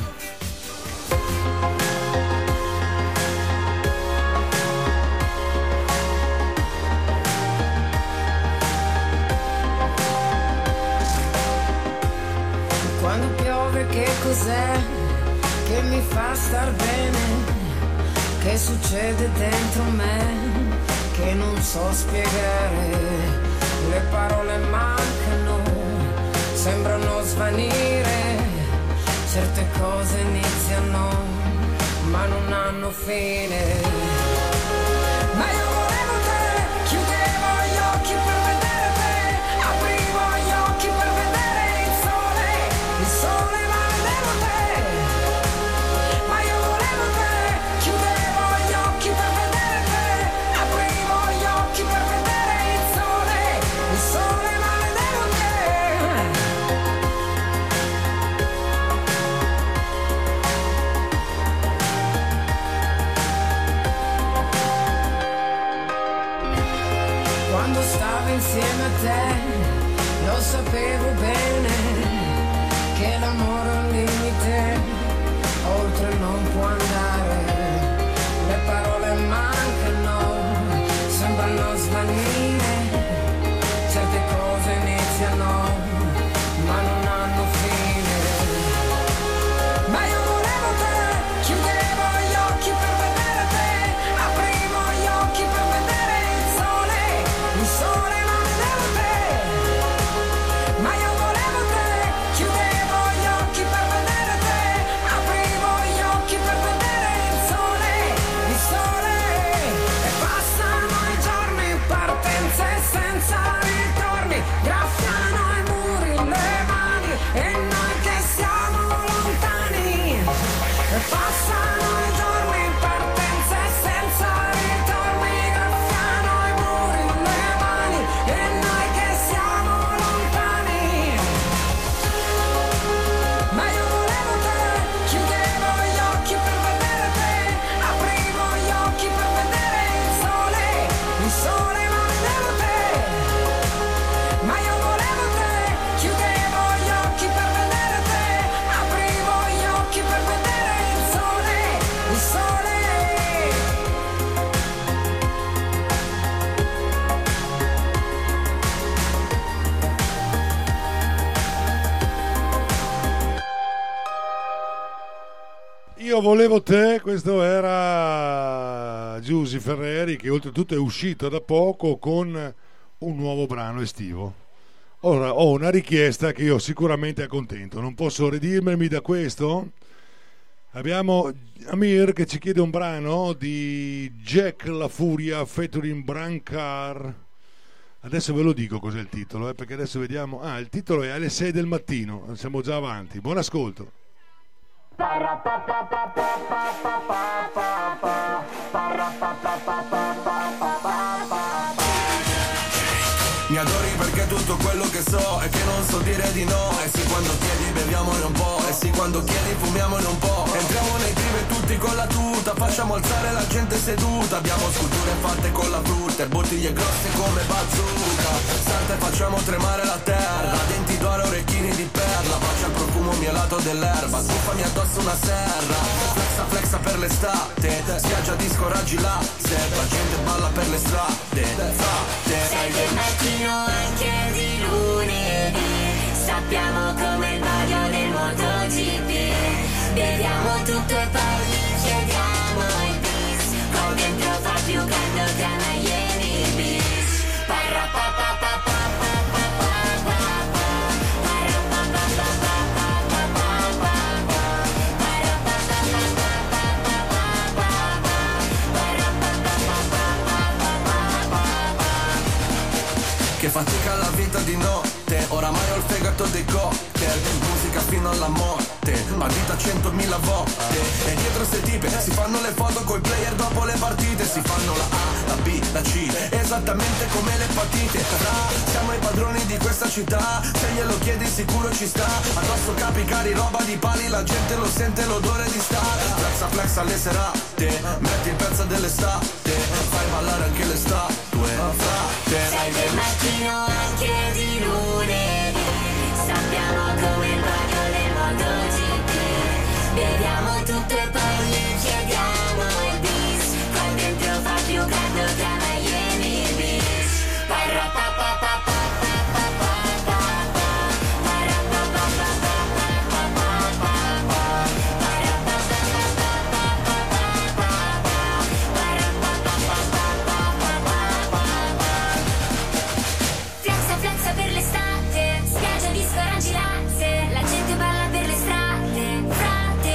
Quando piove che cos'è che mi fa star bene? Che succede dentro me? Che non so spiegare, le parole mancano, sembrano svanire, certe cose iniziano ma non hanno fine. Ma io volevo te, chiudevo gli occhi per vedere te, aprivo gli occhi per vedere il sole, il sole ma vedevo te. Ma io volevo te, chiudevo gli occhi per vedere te, aprivo gli occhi per vedere il sole, il sole ma vedevo te. Quando stavo insieme a te, lo sapevo bene, che l'amore è un limite, oltre non può andare, le parole mancano, sembrano svanire, certe cose iniziano, ma non hanno fine. Ma io volevo te, chiudevo gli occhi per vedere te, aprivo gli occhi per vedere il sole, il sole ma vedevo te. Ma io volevo te, chiudevo gli occhi per vedere te, aprivo gli occhi per vedere il sole, il sole. E passano i giorni, partenze senza ritorni, graffiano i muri, le mani, e noi che siamo lontani. E passano i giorni, partenze senza ritorni, graffiano i muri, le mani, e noi che siamo lontani. Ma io volevo te, chiudevo gli occhi per vedere te, aprivo gli occhi per vedere il sole, il sole ma vedevo te. Ma io volevo te, chiudevo gli occhi per vedere te, aprivo gli occhi per vedere il sole, il sole. Io volevo te, questo era Giusy Ferreri, che oltretutto è uscito da poco con un nuovo brano estivo. Ora ho una richiesta che io sicuramente accontento, non posso redimermi da questo Abbiamo Amir che ci chiede un brano di Jack La Furia featuring Brancar. Adesso ve lo dico cos'è il titolo, eh, perché adesso vediamo. Ah, il titolo è alle sei del mattino, siamo già avanti. Buon ascolto. Mi adori perché tutto quello che so è che non so dire di no. E sì quando chiedi beviamone un po', e sì quando chiedi fumiamone un po'. Entriamo nei drive tutti con la tuta, facciamo alzare la gente seduta. Abbiamo sculture fatte con la frutta e bottiglie grosse come bazooka. Salta e facciamo tremare la terra, denti d'oro, orecchini di perla. Bacia il profumo mielato dell'erba, sbuffami addosso una serra. Flexa flexa per l'estate, spiaggia disco raggi laser. La gente balla per le strade, frate. Sei del mattino anche di lunedì, sappiamo come il vaglio del MotoGP. Beviamo tutto e poi chiediamo il bis, con dentro fa più caldo che a Miami Beach. Parra pa pa pa pa pa pa pa pa pa, parra pa pa pa pa pa pa pa pa pa, parra pa pa pa pa pa pa pa pa pa, parra pa pa pa pa pa pa pa pa. Che fatica la vita di notte, oramai ho il fegato dei cocktail, musica fino alla morte, ma vita centomila volte. E dietro ste tipe si fanno le foto coi player dopo le partite, si fanno la A, la B, la C, esattamente come le partite. Ra, siamo i padroni di questa città, se glielo chiedi sicuro ci sta. Addosso capi cari, roba di pali, la gente lo sente l'odore di star. Flexa flexa alle serate, metti il pezzo dell'estate, fai ballare anche le statue, frate. Sei del mattino anche di lunedì, sappiamo come il bagno del MotoGP. Beviamo tutto e poi chiediamo il bis, con dentro fa più caldo che a Miami Beach. Parra pa pa pa pa pa pa pa pa pa, parra pa pa pa pa pa pa pa pa, parra pa pa pa pa pa pa pa pa, parra pa pa pa pa pa pa pa pa. Flexa flexa per l'estate, spiaggia disco orangi latte, la gente balla per le strade, frate.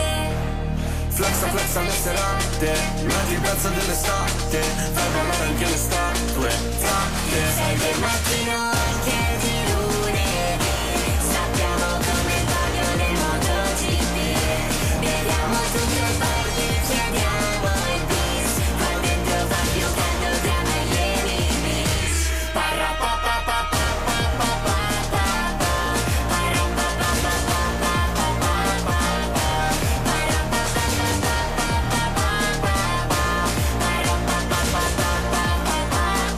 Flexa flexa alle serate, metti il pezzo dell'estate, fai ballare anche le statue, frate. Sei del mattino anche di lunedì, sappiamo come il bagno del MotoGP. Beviamo tutto e poi chiediamo il bis, con dentro fa più caldo che a Miami Beach. Parra pa pa pa pa pa pa pa pa pa, parra pa pa pa pa pa pa pa pa pa, parra pa pa pa pa pa pa pa pa pa, parra pa pa pa pa pa pa pa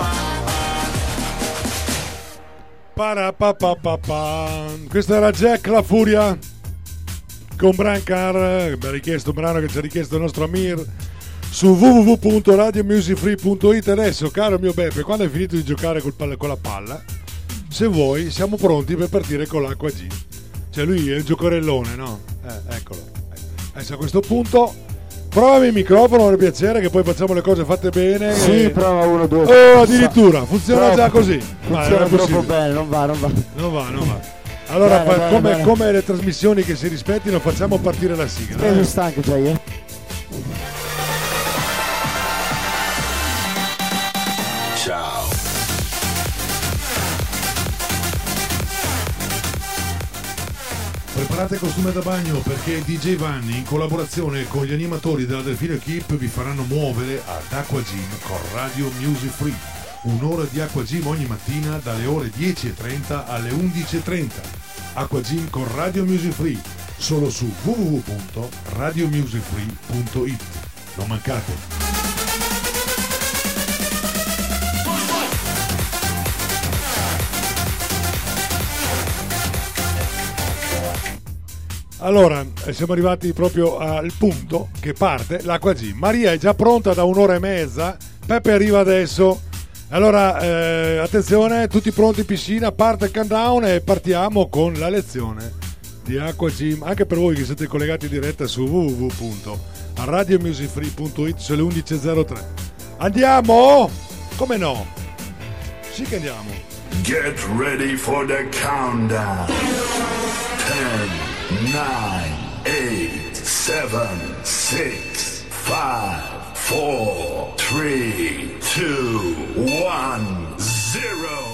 pa. Parapapapapa. Questo era Jack La Furia con Brancar, che mi ha richiesto un brano che ci ha richiesto il nostro Amir su w w w punto radio music free punto it. Adesso, caro mio Beppe, quando hai finito di giocare col palla, con la palla, se vuoi siamo pronti per partire con l'Acqua G. Cioè lui è il giocorellone, no? Eh, eccolo. Adesso a questo punto provami il microfono per piacere, che poi facciamo le cose fatte bene. Sì, e... prova uno, due. Oh, addirittura, funziona Prova. già così. Funziona Ma troppo bene, non va, non va. Non va, non va. Allora, Bene, fa- bene, come, bene. come le trasmissioni che si rispettino, facciamo partire la sigla. Sono eh. stanco già io. Ciao. Preparate costume da bagno perché D J Vanni in collaborazione con gli animatori della Delfino Equip vi faranno muovere ad Acqua Gym con Radio Music Free. Un'ora di Acqua Gym ogni mattina dalle ore dieci e trenta alle undici e trenta. Acqua Gym con Radio Music Free, solo su w w w punto radio music free punto it. Non mancate. Allora, siamo arrivati proprio al punto che parte l'Acqua Gym. Maria è già pronta da un'ora e mezza, Peppe arriva adesso. Allora, eh, attenzione, tutti pronti in piscina, parte il countdown e partiamo con la lezione di Acqua Gym. Anche per voi che siete collegati in diretta su w w w punto radio music free punto it sulle undici e zero tre. Andiamo? Come no? Sì che andiamo. Get ready for the countdown. ten, nine, eight, seven, seven, six, five, four, three, two, one, zero.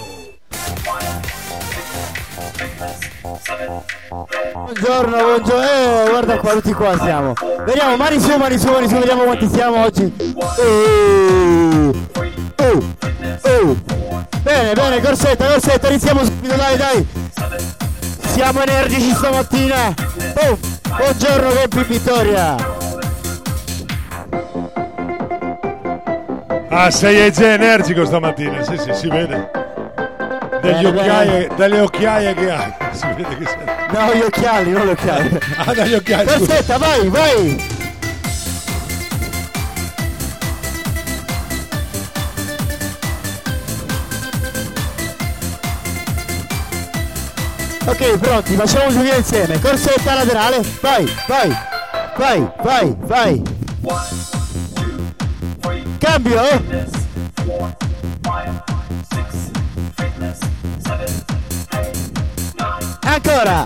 Buongiorno, buongiorno, eh, guarda qua, tutti qua siamo. Vediamo, mani su, mani su, mani su, vediamo quanti siamo oggi. Uh, uh, uh. Bene, bene, corsetta, corsetta, iniziamo subito, dai, dai. Siamo energici stamattina. Oh, buongiorno, Campi Vittoria. Ah, sei già energico stamattina, sì, sì, si vede. Dagli Bene, occhiaie, bene. dalle occhiaie che hai, si vede che sei. No, gli occhiali, non gli occhiali. Ah, dagli occhiali. Corsetta, vai, vai. Ok, pronti, facciamo giocare insieme. Corsetta laterale, vai, vai, vai, vai, vai. Cambio. Ancora.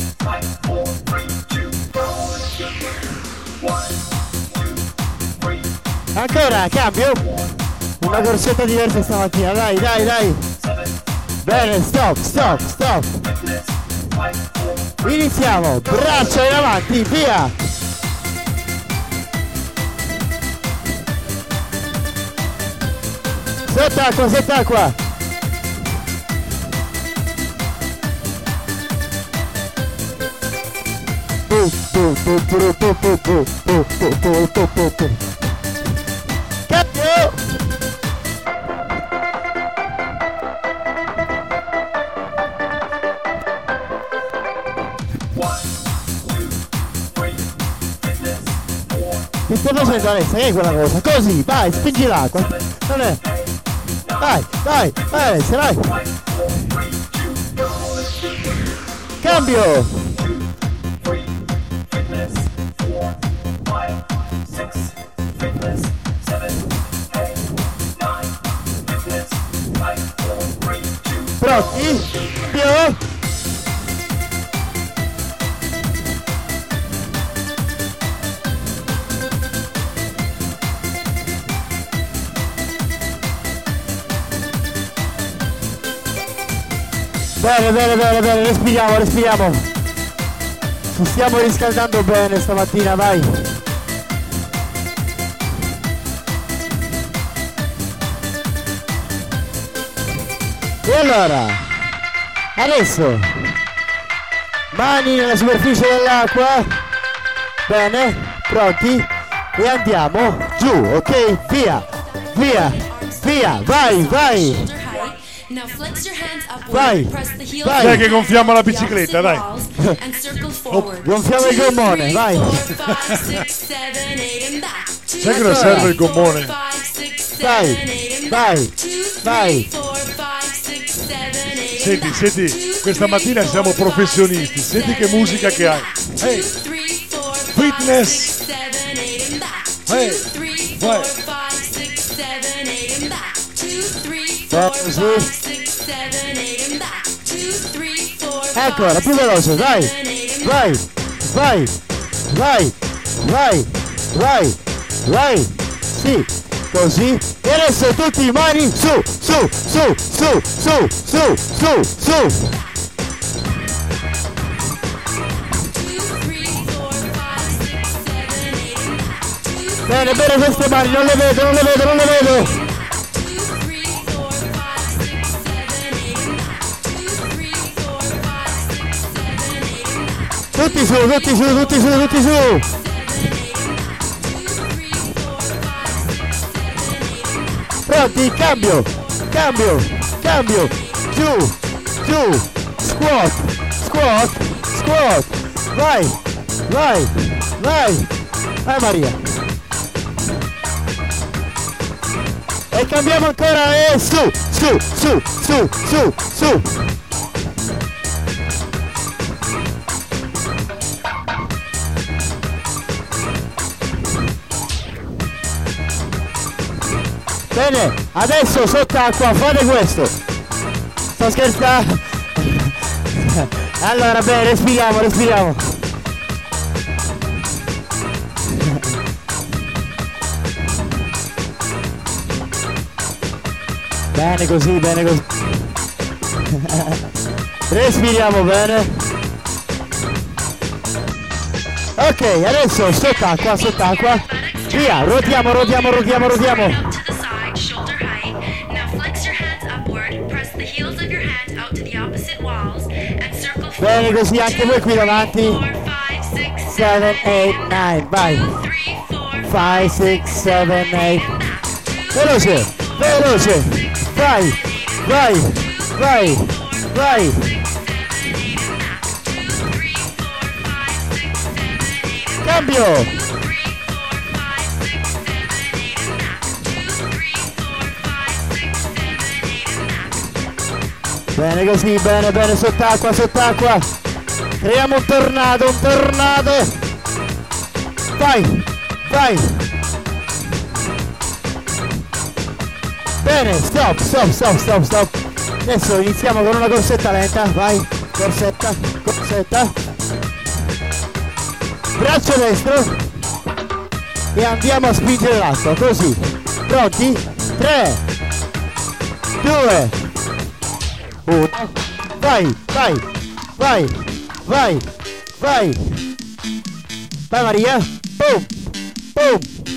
Ancora, cambio. Una corsetta diversa stamattina, dai, dai, dai. Bene, stop, stop, stop. Iniziamo, braccia in avanti, via. Sott'acqua, sott'acqua. Cambio. Che stai facendo Alessia? Che è quella cosa? Così, vai, spingi l'acqua. Non è. Vai, vai, vai Alessia, vai. Cambio. Pronti? Cambio. Bene, bene, bene, bene, respiriamo, respiriamo. Ci stiamo riscaldando bene stamattina, vai. E allora, adesso, mani nella superficie dell'acqua. Bene, pronti? E andiamo giù, ok? Via, via, via, vai, vai. Vai, vai. Dai che gonfiamo la bicicletta, dai. Oh, gonfiamo il gommone, vai. Sai che non serve il gommone? Vai, vai, vai. Senti, senti, questa mattina siamo professionisti, senti che musica che hai. Hey, fitness. Hey, vai. Ancora, più veloce, vai, vai, vai, vai, vai, vai, vai, sì, così, e adesso tutti i mani su, su, su, su, su, su, su, su. Bene, bene queste mani, non le vedo, non le vedo, non le vedo. Tutti su, tutti su, tutti su, tutti su! Pronti, cambio, cambio, cambio, giù, giù, squat, squat, squat, vai, vai, vai, vai Maria! E cambiamo ancora e su, su, su, su, su, su! Bene, adesso sott'acqua fate questo. Sto scherzando. Allora, bene, respiriamo, respiriamo. Bene così, bene così. Respiriamo bene. Ok, adesso sott'acqua, sott'acqua. Via, ruotiamo, ruotiamo, ruotiamo, ruotiamo. Bene così, anche voi qui davanti. seven, eight, nine, vai. five, six, seven, eight. Veloce, veloce. Vai, vai, vai, vai. Cambio. Bene così, bene, bene, sott'acqua, sott'acqua. Creiamo un tornado, un tornado. Vai, vai. Bene, stop, stop, stop, stop, stop. Adesso iniziamo con una corsetta lenta, vai. Corsetta, corsetta. Braccio destro. E andiamo a spingere l'acqua, così. Pronti? tre, due, uno. Vai, vai, vai, vai, vai. Vai Maria. Boom, boom.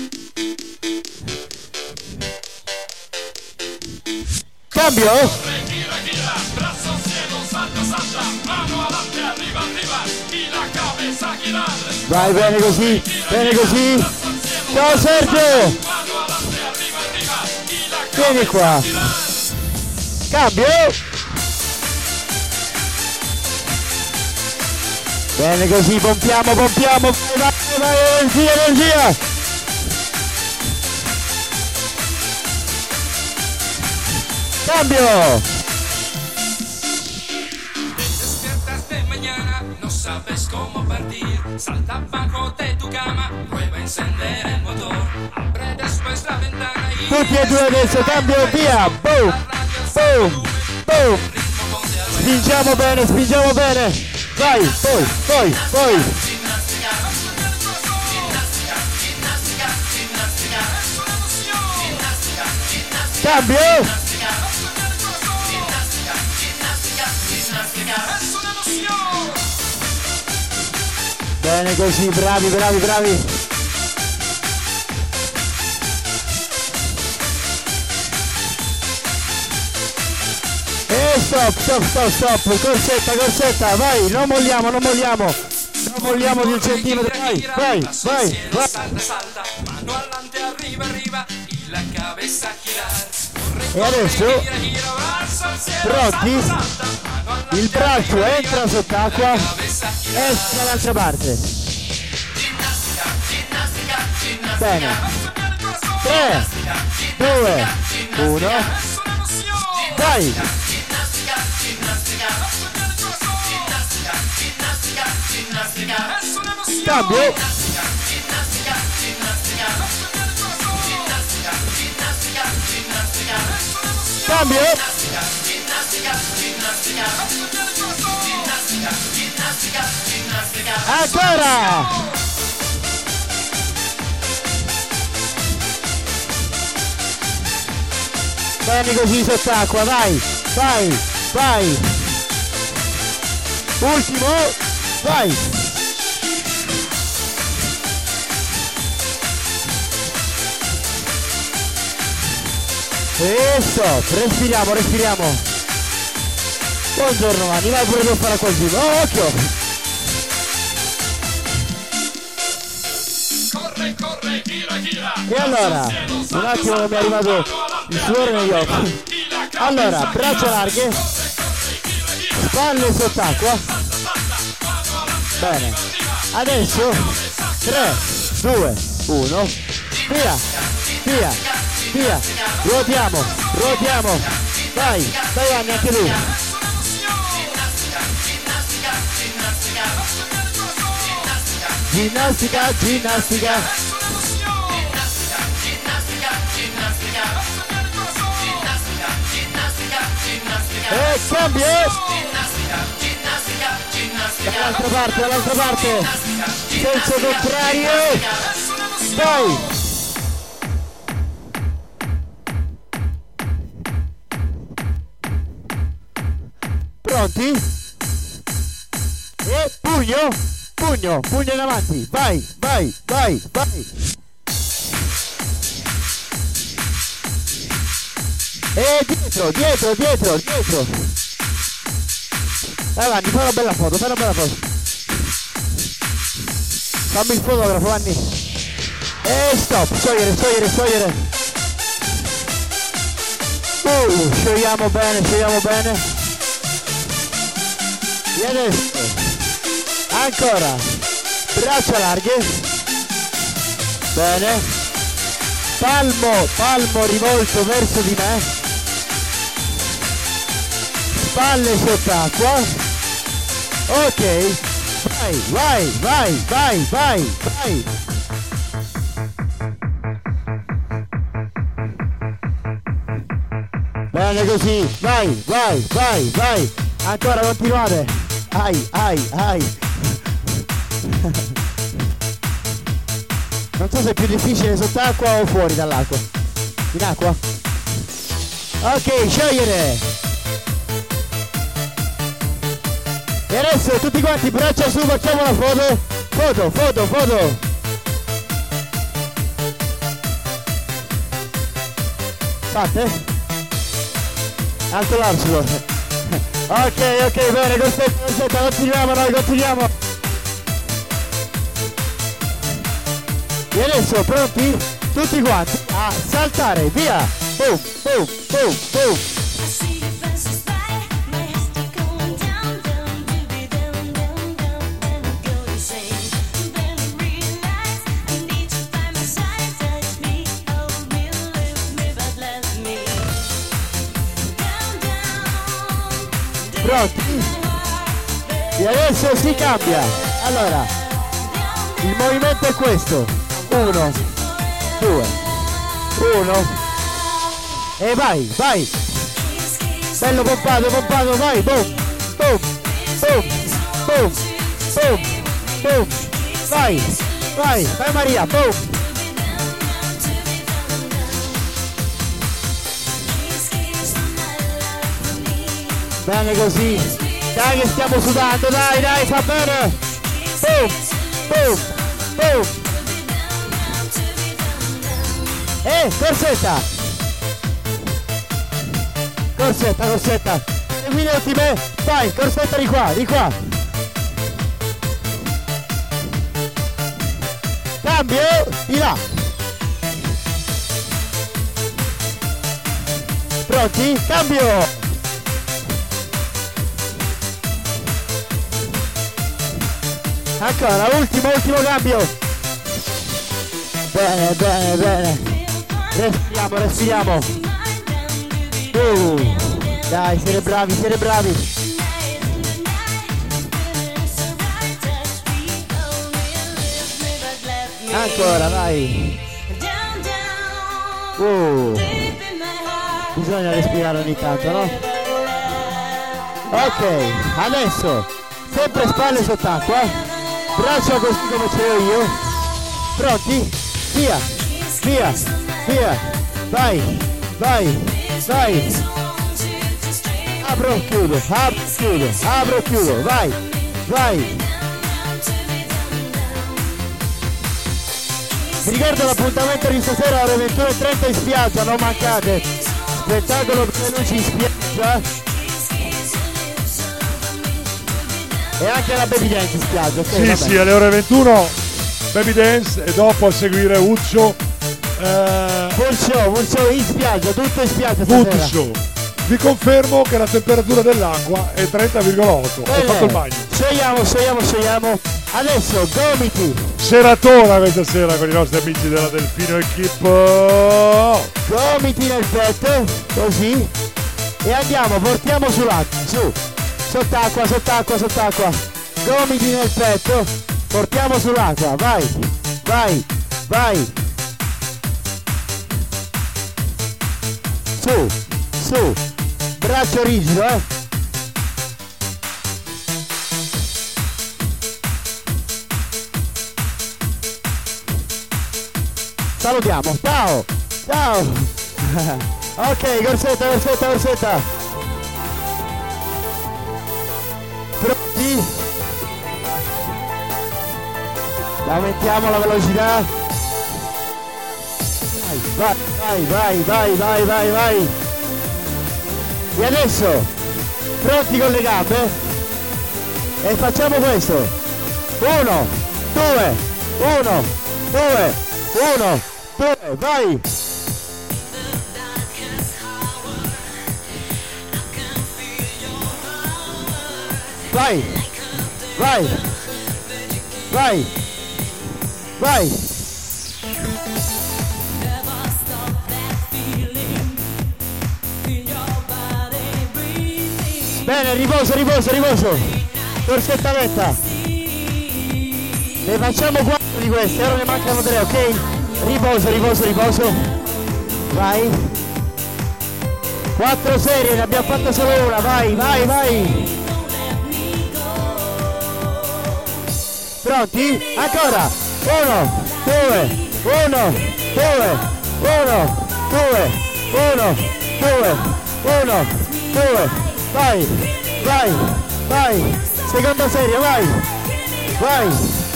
Cambio. Vai, bene così, bene così. Ciao Sergio. Vieni qua. Cambio. Bene così, pompiamo, pompiamo. Vai, vai, energia, energia. Cambio. Sabes cómo partir, salta bajo de tu cama, prueba a encender el motor, abre después la ventana y... Tutti e due adesso, cambio, via, boom, boom, boom. Spingiamo bene, spingiamo bene, vai, poi, poi, poi. Cambio. Bene così, bravi, bravi, bravi. E stop, stop, stop, stop, corsetta, corsetta, vai, non molliamo, non molliamo. Non molliamo di un centimetro, vai, vai, vai, vai. Salta, salta, mano adelante, arriba, arriba, y la cabeza girar. E adesso, pronti? Il braccio entra sott'acqua, esce dall'altra parte. Bene. tre, due, uno. Vai. Cambio. Cambio. Ancora. Bene così sott'acqua, vai, vai, vai. Ultimo, vai. E stop, respiriamo, respiriamo. Buongiorno Mani, vai pure per fare così. Oh, occhio. Corre, corre, gira, gira. E allora, un attimo che mi è arrivato il sudore negli occhi. Allora, braccia larghe, spalle sott'acqua. Bene. Adesso tre, due, uno. Via, via, via. Ruotiamo, ruotiamo. Vai, vai Anni, anche tu. Ginnastica, ginnastica. E cambio. Dall'altra parte, dall'altra parte. Senso contrario. Vai. Pronti? E pugno, pugno, pugno in avanti, vai, vai, vai, vai. E dietro, dietro, dietro, dietro. Avanti, fai una bella foto, fai una bella foto. Fammi il fotografo, Vanni. E stop, sciogliere, sciogliere, sciogliere. Uh, sciogliamo bene, sciogliamo bene. E adesso ancora braccia larghe, bene, palmo, palmo rivolto verso di me, spalle sott'acqua, ok, vai, vai, vai, vai, vai, vai. Bene così, vai, vai, vai, vai, ancora continuate, ai, ai, ai. Non so se è più difficile sott'acqua o fuori dall'acqua. In acqua? Ok, sciogliere. E adesso tutti quanti braccia su, facciamo la foto. Foto, foto, foto. Fatte? Alto l'arsolo. Ok, ok, bene, Corsetta, Corsetta, continuiamo noi, continuiamo. E adesso pronti? Tutti quanti a saltare, via! Boom, boom, boom, boom! Pronti? E adesso si cambia. Allora, il movimento è questo. Uno, due, uno. E vai, vai. Bello pompato, pompato, vai. Boom, boom, boom, boom, boom, boom. Vai, vai, vai Maria, boom. Bene così, dai che stiamo sudando, dai, dai, fa bene. Boom, boom, boom. E Corsetta. Corsetta, Corsetta. Seguite ultime, vai, Corsetta di qua, di qua. Cambio, di là. Pronti? Cambio. Ancora, ultimo, ultimo cambio. Bene, bene, bene. Respiriamo, respiriamo. Uh, dai, siete bravi, siete bravi. Ancora, vai. Uh, bisogna respirare ogni tanto, no? Ok, adesso sempre spalle sott'acqua. Braccia così come ce l'ho io. Pronti? Via, via, via. Vai, vai, vai. Apro, chiudo, apro, chiudo, apro, chiudo. Vai, vai. Vi ricordo l'appuntamento di stasera alle ventuno e trenta in spiaggia, non mancate. Spettacolo per le luci in spiaggia. E anche la Baby Dance in spiaggia. Okay, sì, vabbè. sì, alle ore ventuno Baby Dance e dopo a seguire Uccio. Eh... Full show, full show in spiaggia, tutto in spiaggia Food stasera. show. Vi confermo che la temperatura dell'acqua è trenta virgola otto. Hai fatto il bagno. Sciogliamo, sciogliamo, sciogliamo. Adesso gomiti. Seratona questa sera con i nostri amici della Delfino Equip. Gomiti nel petto, così. E andiamo, portiamo sull'acqua, su. Sott'acqua, sott'acqua, sott'acqua. Gomiti nel petto, portiamo sull'acqua, vai, vai, vai. Su, su, braccio rigido, eh. Salutiamo, ciao, ciao. Ok, corsetta, corsetta, corsetta. Pronti? Aumentiamo la velocità. Vai, vai, vai, vai, vai, vai, vai. E adesso, pronti con le gambe? E facciamo questo. Uno, due, uno, due, uno, due, vai. Vai, vai, vai, vai. Bene, riposo, riposo, riposo. Dorsetta retta. Ne facciamo quattro di queste, ora ne mancano tre, ok? Riposo, riposo, riposo. Vai. Quattro serie, ne abbiamo fatta solo una, vai, vai, vai. Pronti? Ancora. Uno, due, uno, due, uno, due, uno, due, uno, due. Vai, vai, vai, seconda serie, vai, vai.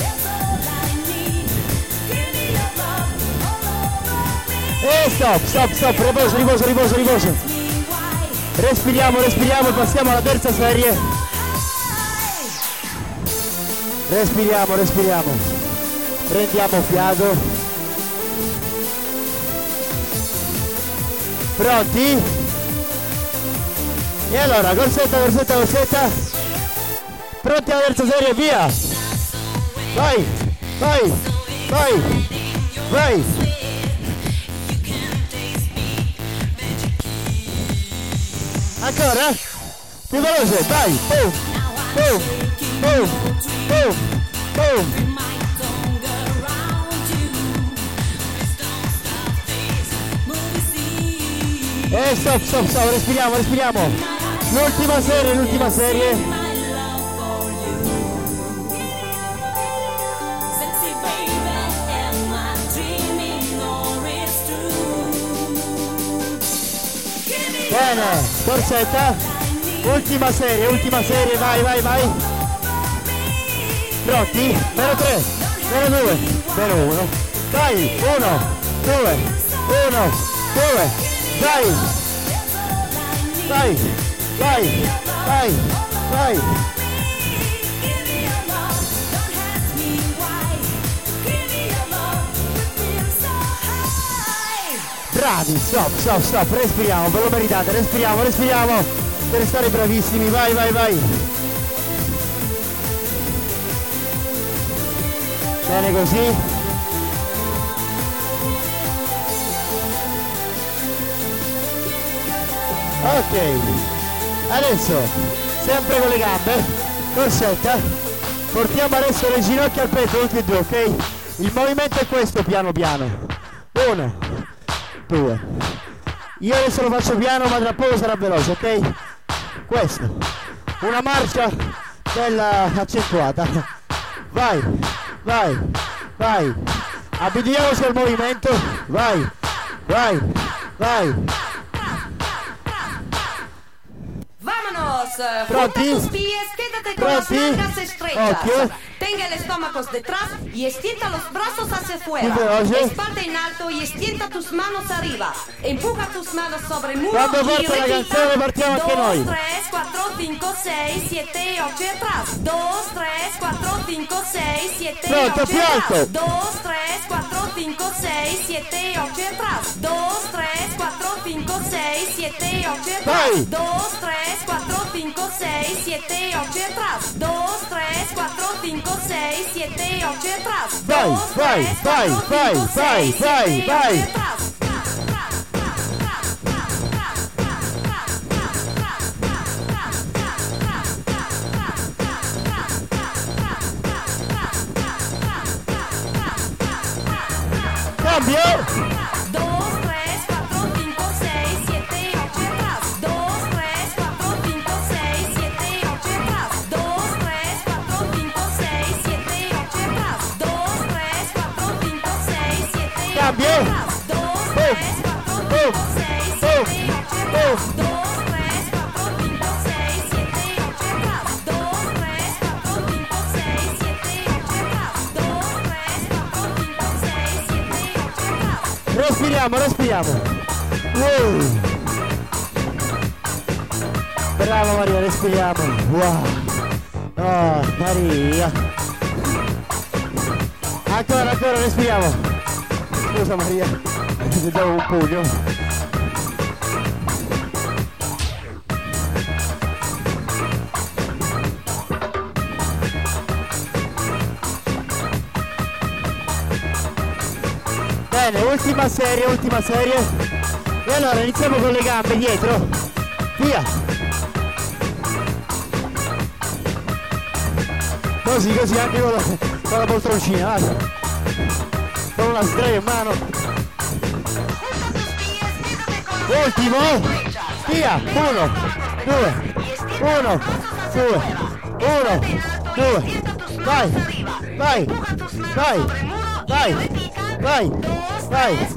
E stop, stop, stop, riposo, riposo, riposo, riposo. Respiriamo, respiriamo, passiamo alla terza serie. Respiriamo, respiriamo. Prendiamo fiato. Pronti? E allora, corsetta, corsetta, corsetta. Pronti alla terza serie, via. Vai, vai, vai, vai. Ancora? Più veloce, vai. Boom, boom, boom, boom, boom. E stop, stop, stop, respiriamo, respiriamo. L'ultima serie, l'ultima serie. Bene, corsetta. Ultima serie, ultima serie, vai, vai, vai. Pronti? Meno tre, meno due, meno uno. Vai, uno, due, uno, due, vai. Vai, vai, vai, vai. Bravi, stop, stop, stop, respiriamo, ve lo meritate, respiriamo, respiriamo, per restare bravissimi, vai, vai, vai. Bene così. Ok, adesso, sempre con le gambe, corsetta, portiamo adesso le ginocchia al petto, tutti e due, ok? Il movimento è questo, piano piano. Uno, due. Io adesso lo faccio piano, ma tra poco sarà veloce, ok? Questo. Una marcia bella accentuata. Vai, vai, vai. Abituiamoci al movimento. Vai, vai, vai. ¡Vámonos! ¿Pronti? Junta tus pies, quédate con las ¿Pronti? nalgas estrechas. Ok. Tenga el estómago detrás y extienda los brazos hacia afuera. Più veloce. Espalda en alto y extienda tus manos arriba. Empuja tus manos sobre el muro Quando y parte la repita. canzone partiamo anche noi. dos, tres, cuatro, cinco, seis, siete, ocho atrás. dos, tres, cuatro, cinco, seis, siete, Pronto, ocho più alto. atrás. dos, tres, cuatro, cinco, seis, siete, ocho atrás. dos, tres, cuatro, cinco, seis, siete, ocho atrás. Vai. dos, tres, cuatro, cinco, seis, siete, ocho atrás. dos, tres, cuatro, cinco, seis, siete, ocho atrás. Vai, dos, vai, tres, vai, cuatro, vai, cinco, vai, seis, vai, siete, vai. ocho atrás. Cambio. dos, tres, cuatro, cinco, seis, siete, ocho atrás. dos, tres, cuatro, cinco, seis, siete, ocho atrás. dos, tres, cuatro, cinco, seis, siete, ocho atrás. dos, tres, cuatro, cinco, seis, siete, ocho Cambio. atrás. dos, tres, cuatro, cinco, seis, siete, ocho atrás. dos, tres, cuatro, cinco, seis, siete, ocho atrás. dos, tres, Respiriamo, respiriamo. Wow. Bravo Maria, respiriamo. Wow. Oh, Maria. Ancora, ancora, respiriamo. Scusa Maria, ti davo un pugno. Bene, ultima serie, ultima serie. E allora iniziamo con le gambe dietro. Via. Così, così, anche con la, con la poltroncina, guarda. Con una sdraio in mano. Ultimo. Via. Uno, due, uno, due, uno, due. Vai, vai, vai, vai, vai, vai.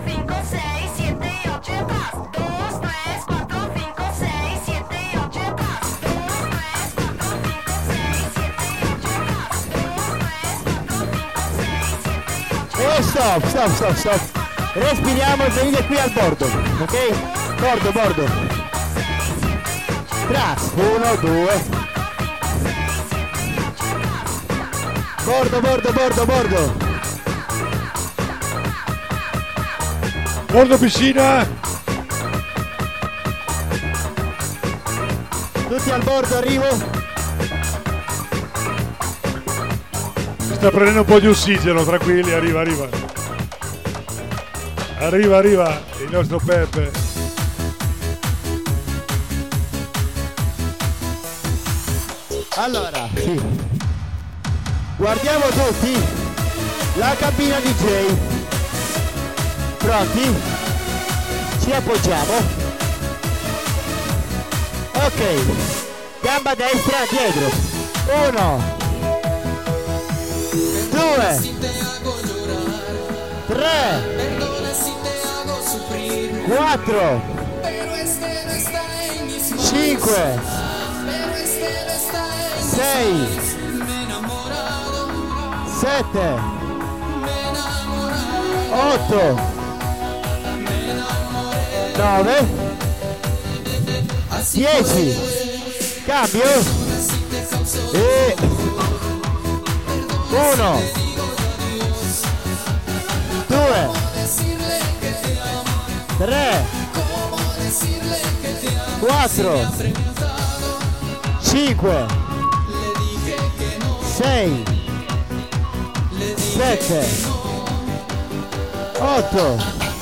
E stop, stop, stop, stop. Respiriamo e venite qui al bordo, ok? Bordo, bordo. Tras, uno, due. Bordo, bordo, bordo, bordo. Bordo piscina. Tutti al bordo, arrivo. Sta prendendo un po' di ossigeno, tranquilli, arriva, arriva. Arriva, arriva il nostro Peppe. Allora, sì. Guardiamo tutti la cabina D J. Pronti? Ci appoggiamo. Ok. Gamba destra dietro. Uno. Due, tre, quattro, cinque, sei, sette, otto, nove, dieci. Cambio. E uno, due, tre, quattro, cinque, sei, sette, otto,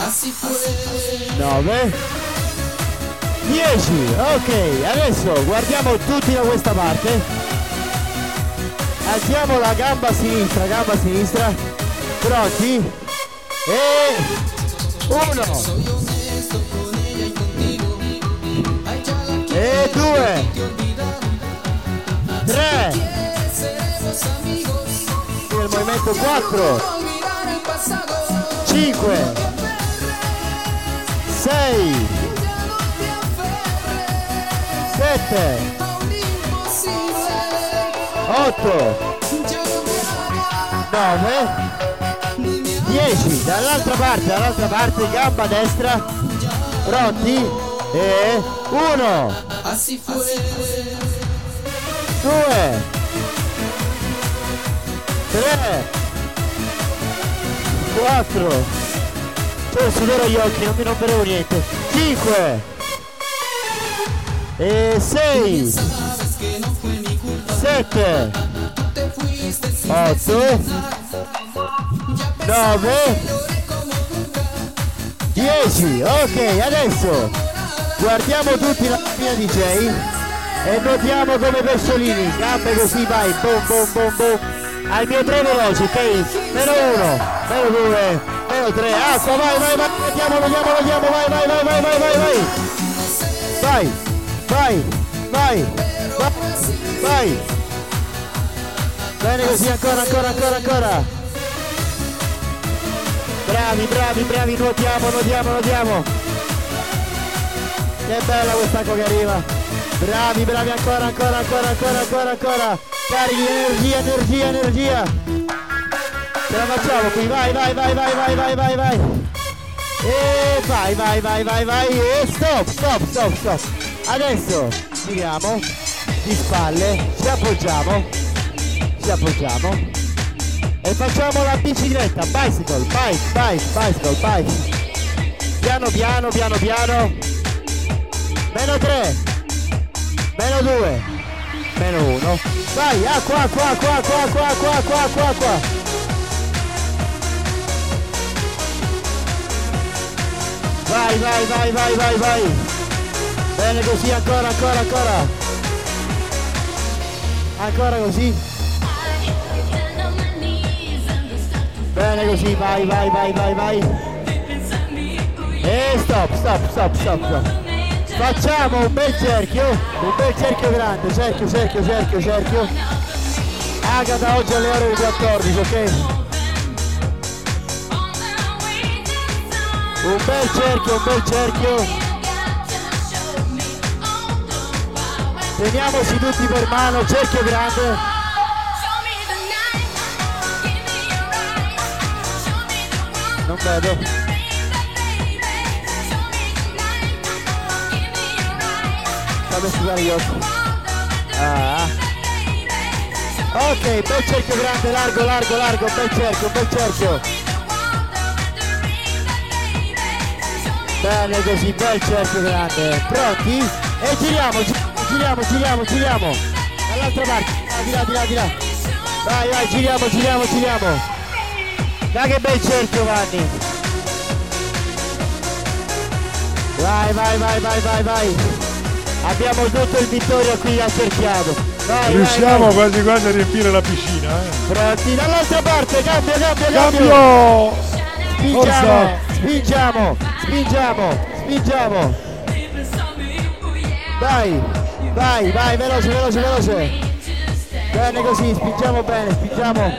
nove, dieci. Ok, adesso guardiamo tutti da questa parte. Alziamo la gamba sinistra, gamba sinistra. Pronti? E uno. E due. Tre. E il movimento quattro. Cinque. Sei. Sette. otto, nove, dieci. Dall'altra parte, dall'altra parte, gamba destra. Pronti? E uno, due, tre, quattro. C'ho sudore agli occhi, non mi romperevo niente. cinque e sei, sette, otto, nove, dieci. Ok, adesso guardiamo tutti la mia D J e notiamo come pesciolini, gambe così, vai, boom, boom, boom, boom. Al mio tre veloci, ok? Meno uno, meno due, meno tre, acqua, vai, vai, vai, notiamo, notiamo, notiamo, vai, vai, vai, vai, vai, vai, vai. Vai, vai, vai, vai, vai. Bene così, ancora, ancora, ancora, ancora. Bravi, bravi, bravi, nuotiamo, nuotiamo, nuotiamo. Che bella quest'acqua che arriva. Bravi, bravi, ancora, ancora, ancora, ancora, ancora, ancora. Carichi, energia, energia, energia. Ce la facciamo qui, vai, vai, vai, vai, vai, vai, vai, vai. E vai, vai, vai, vai, vai. E stop, stop, stop, stop. Adesso giriamo di spalle, ci appoggiamo, ci appoggiamo e facciamo la bicicletta, bicycle, bike, bike, bicycle, bike. Piano piano, piano piano. Meno tre, meno due, meno uno. Vai, ah, qua, qua, qua, qua, qua, qua, qua, qua, qua. Vai, vai, vai, vai, vai, vai. Bene così, ancora, ancora, ancora. Ancora così. Bene così, vai, vai, vai, vai, vai. E stop, stop, stop, stop, stop. Facciamo un bel cerchio, un bel cerchio grande, cerchio, cerchio, cerchio, cerchio. Agata oggi alle ore quattordici, ok? Un bel cerchio, un bel cerchio. Teniamoci tutti per mano, cerchio grande. Non vedo. Fammi scusare gli occhi. Ah. Ok, bel cerchio grande, largo, largo, largo, bel cerchio, bel cerchio. Bene così, bel cerchio grande. Pronti? E giriamo, giriamo, giriamo, giriamo. Dall'altra parte, di là, di là, di là. Vai, vai, giriamo, giriamo, giriamo. Dai che bel cerchio, Vanni. Vai, vai, vai, vai, vai, vai. Abbiamo tutto il Vittorio qui accerchiato. Vai, riusciamo vai, vai. quasi quasi a riempire la piscina, eh. Pronti, dall'altra parte, cambio, cambio, cambio. cambio. Spingiamo, Forza. spingiamo, spingiamo, spingiamo. Vai, vai, vai, veloce, veloce, veloce. Bene così, spingiamo bene, spingiamo.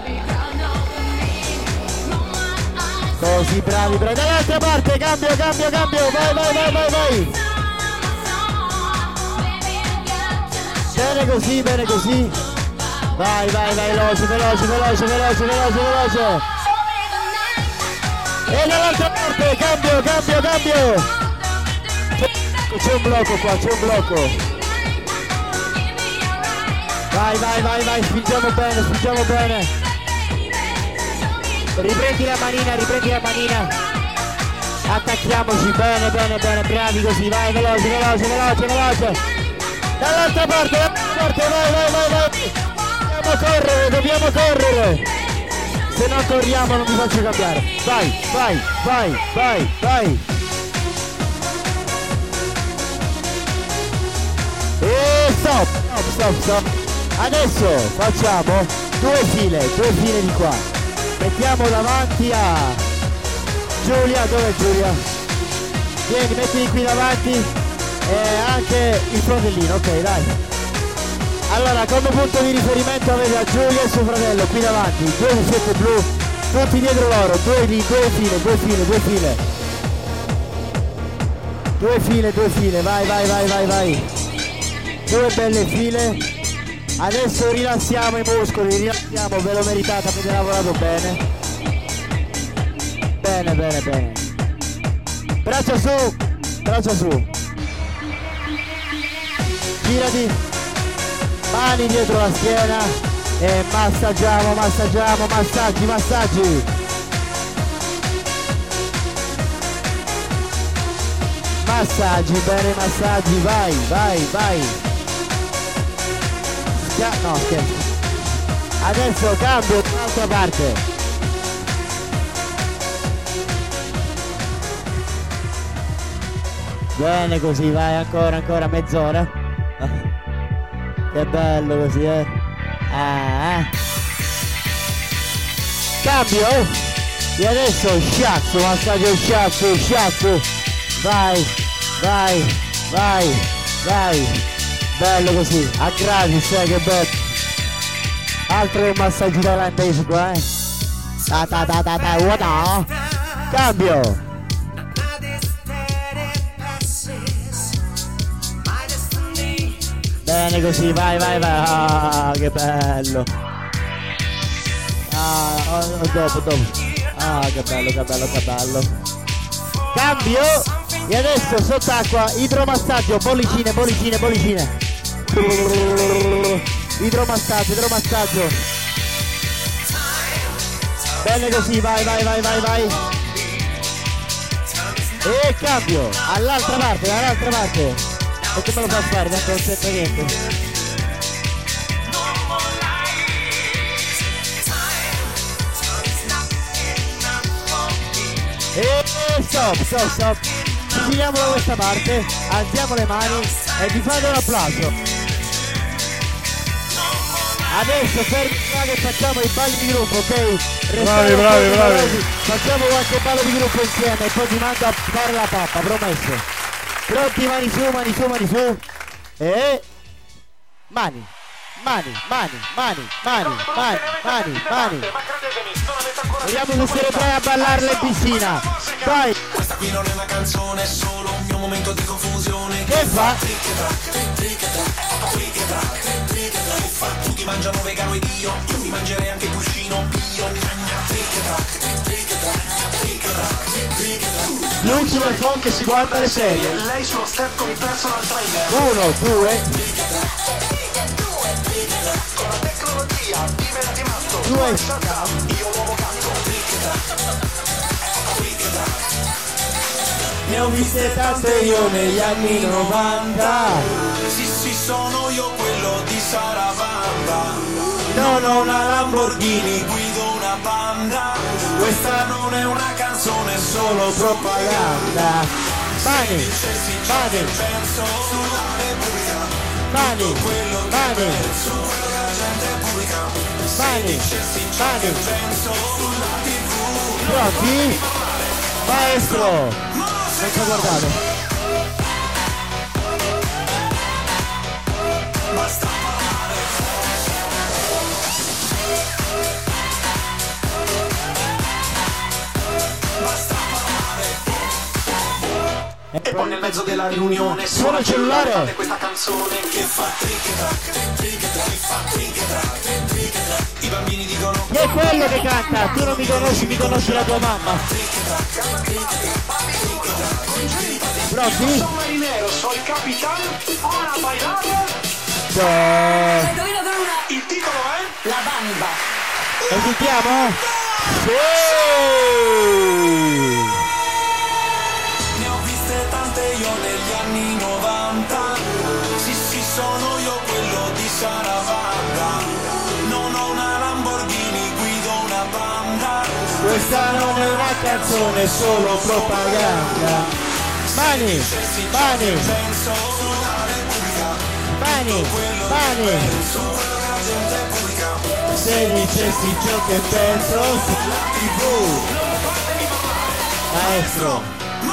Così, bravi, bravi. Dall'altra parte, cambio, cambio, cambio. Vai, vai, vai, vai, vai. Bene così, bene così. Vai, vai, vai, veloce, veloce, veloce, veloce, veloce, veloce. E dall'altra parte, cambio, cambio, cambio. C'è un blocco qua, c'è un blocco. Vai, vai, vai, vai, spingiamo bene, spingiamo bene. Riprendi la manina, riprendi la manina. Attacchiamoci, bene, bene, bene, bravi così, vai, veloce, veloce, veloce, veloce. Dall'altra parte, dall'altra parte, vai, vai, vai, vai. Dobbiamo correre, dobbiamo correre. Se non corriamo non vi faccio cambiare. Vai, vai, vai, vai, vai. E stop, stop, stop, stop. Adesso facciamo due file, due file di qua. Mettiamo davanti a Giulia, dov'è Giulia? Vieni, mettili qui davanti. E anche il fratellino, ok, dai. Allora, come punto di riferimento avete a Giulia e suo fratello qui davanti, due cuffiette blu, tutti dietro loro, due lì, due file, due file, due file. Due file, due file, vai, vai, vai, vai, vai. Due belle file. Adesso rilassiamo i muscoli, rilassiamo, ve lo meritate, avete lavorato bene. Bene, bene, bene. Braccia su, braccia su. Girati, mani dietro la schiena e massaggiamo, massaggiamo, massaggi, massaggi. Massaggi, bene, massaggi, vai, vai, vai. Schia- no, scherzo. Adesso cambio dall'altra parte. Bene così, vai, ancora, ancora, mezz'ora. Che bello così, eh. Ah. Cambio. E adesso shiatsu, massaggio shiatsu, shiatsu. Vai, vai, vai, vai. Bello così, a gratis, eh, che bello. Altro che massaggi thailandesi qua, eh. Ta ta ta ta ta, guarda. Cambio. Bene così, vai, vai, vai. Ah, che bello. Ah, oh, dopo, dopo. Ah, che bello, che bello, che bello. Cambio. E adesso sott'acqua, idromassaggio, bollicine, bollicine, bollicine. Idromassaggio, idromassaggio. Bene così, vai, vai, vai, vai, vai. E cambio, all'altra parte, dall'altra parte. E che me lo fa fare, tanto non sento niente. E stop, stop, stop. Giriamo da questa parte, alziamo le mani e vi fate un applauso. Adesso fermi qua che facciamo i balli di gruppo, ok? Bravi, bravi, bravi. Facciamo qualche ballo di gruppo insieme e poi ti mando a fare la pappa, promesso. Pronti, mani su, mani su, mani su. E mani, mani, mani, mani, mani, mani, mani, mani. Vediamo se siete bravi a ballarla in piscina. Vai. Questa qui non è una canzone, è solo un mio momento di confusione. Che fa? Tutti mangiano vegano ed io, io mi mangerei anche il cuscino pio. L'ultimo è Fon che si guarda le serie. Lei sullo step con il personal trainer. Uno, due. Con la tecnologia diventi matto. Due. Io uomo gatto. Ne ho viste tante io negli anni novanta. Sì, sì, sono io quello di Sarabanda. Non ho una Lamborghini, guido una Panda. questa non è una canzone, è solo propaganda. Mani, mani, mani, mani, mani, mani. Pronti? Maestro! Non ci ho guardato. Basta parlare. Basta parlare. E poi nel mezzo della riunione suona il cellulare. Questa canzone che fa trick track, trick track, fa trick track, trick track. I bambini dicono chi è quello che canta? Tu non mi conosci, mi conosci la tua mamma. Pronti? Sono marinero, sono il capitano, ora bailare. Il titolo è La Bamba. Esitiamo? Sì! Ne ho viste tante io negli anni novanta. Sì, sì, sono io quello di Saravanda. Non ho una Lamborghini, guido una Panda. Questa non è una canzone, è solo propaganda. Mani, mani, mani, mani. Se dicessi ciò che penso sulla tivù. Maestro.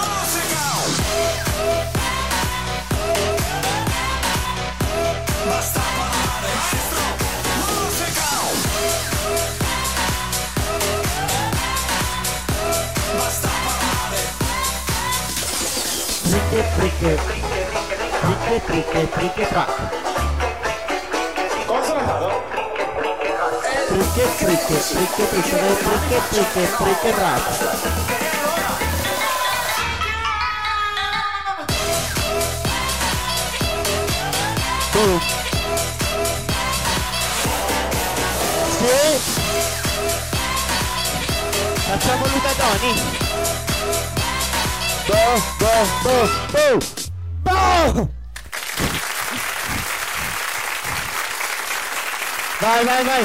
Basta parlare, maestro. Musica. Basta parlare. Fricche, fricche, fricche, fricche, fricche, track. Cosa ho dato? Fricche, fricche, fricche, fricche, fricche, fricche, fricche, track. Boom. Sì. Facciamo Luca Toni. Bo, bo, bo, bo, bo! Vai, vai, vai!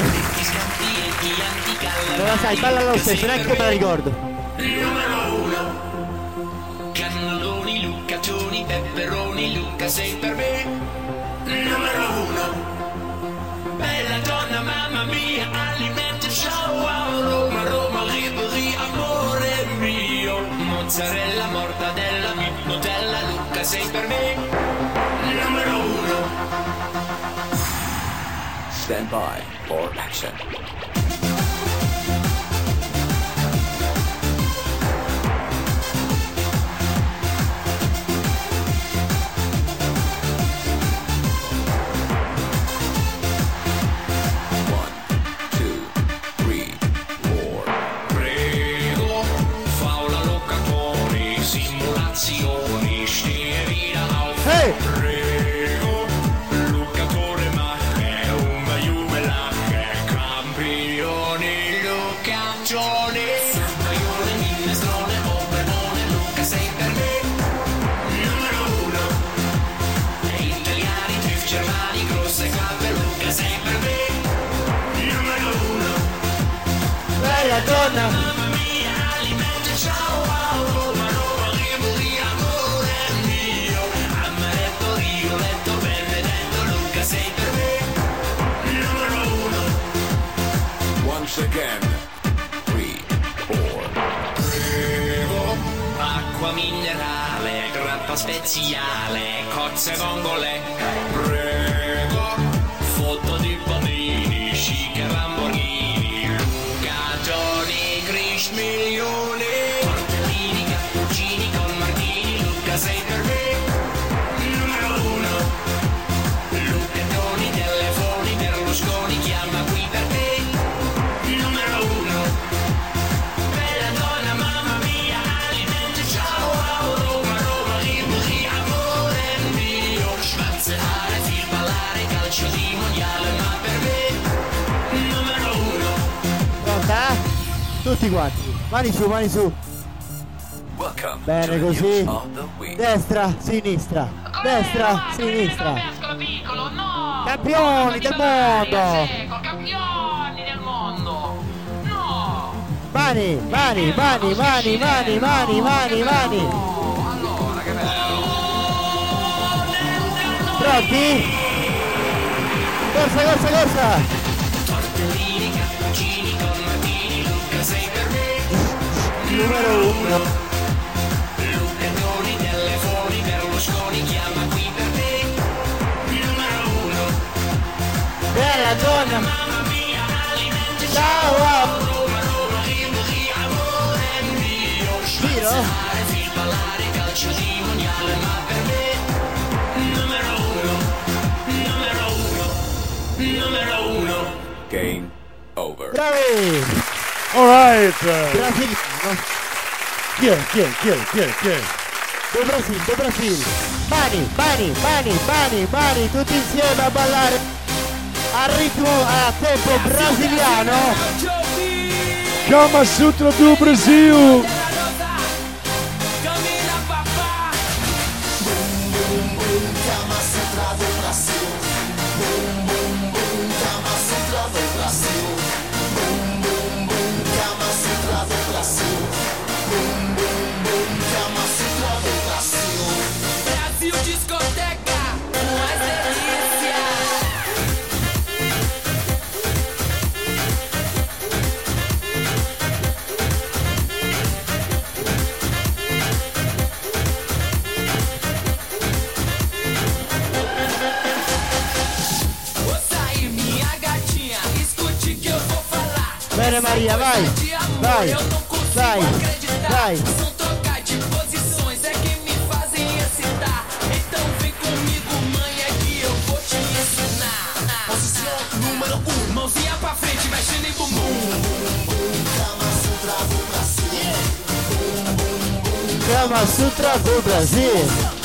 Non la sai, balla lo stesso, non è che me la ricordo. Numero uno. Cannelloni, luccacioni, peperoni, Luca sei per me. Numero uno. Bella donna, mamma mia, alimenti ciao, Roma, Roma, Ribéry, amore mio. Mozzarella, mortadella, Nutella, Luca sei per me. Numero uno. Stand by for action. Prego, fa una locca con i situazioni, steh wieder auf. Hey! Prego, Lucatore Mache, un Juve Lache, campioni, Lucaccioni. Sambaione, Minestrone, Oberone, Luca sei per me numero uno. E italiani, Triff, Germani, grosse cappe, Luca sei per me numero uno. Bella donna! Mamma mia, alimento, ciao, wow, Roma, Roma, Rivoli, amore mio. Amaretto, Rigoletto, Benedetto, Luca sei per me numero uno. Once again, three, four. Prego, acqua minerale, grappa speziale, cozze vongole. Prego, foto di panini, chic e Lamborghini, Luca, Johnny, Grish, milioni. Tortellini, cappuccini con martini, Luca sei per me numero uno. Luccatoni, telefoni, Berlusconi, chiama qui per te numero uno. Bella donna, mamma mia, alimento, ciao, wow, Roma, Roma, Rivoli, amore mio. Spazzolare, fil ballare, calcio di mondiale, ma per me numero uno. Pronta? Tutti quanti. Mani su, mani su. Welcome Bene to the così. news of the week. Destra, sinistra. Destra, sinistra. Campioni del mondo. Campioni del mondo. No. Mani, mani, mani, mani, mani, mani, mani, mani. Allora, che bello. Pronti? Corsa, corsa, corsa. Tortellini, cappuccini con martini, Luca sei per me Numero uno. Luccatoni, telefoni, Berlusconi, chiama qui per te numero uno. Bella donna. Mamma mia, alimento, Ciao. Roma, Roma, Rivoli, amore mio. Giro. Spazzolare, fil ballare, calcio di mondiale, ma per me numero uno. Numero uno. Numero uno. Game over. Bravi. Alright. Brasiliano. Chi è? Chi è? Chi è? Chi è? Chi è? Do Brasil, do Brasil. Mani, mani, mani, mani, mani, tutti insieme a ballare al ritmo, a tempo brasiliano. Kama Sutra do Brasil. Brasil discoteca, mais delícia. Vou sair, minha gatinha, escute que eu vou falar. Bene Maria, vai, vai, vai, vai. São trocar de posições é que me fazem excitar. Então vem comigo, mãe, é que eu vou te ensinar. Posição número um, mãozinha pra frente, mexendo em bumbum. Kama Sutra do Brasil. Kama Sutra do Brasil.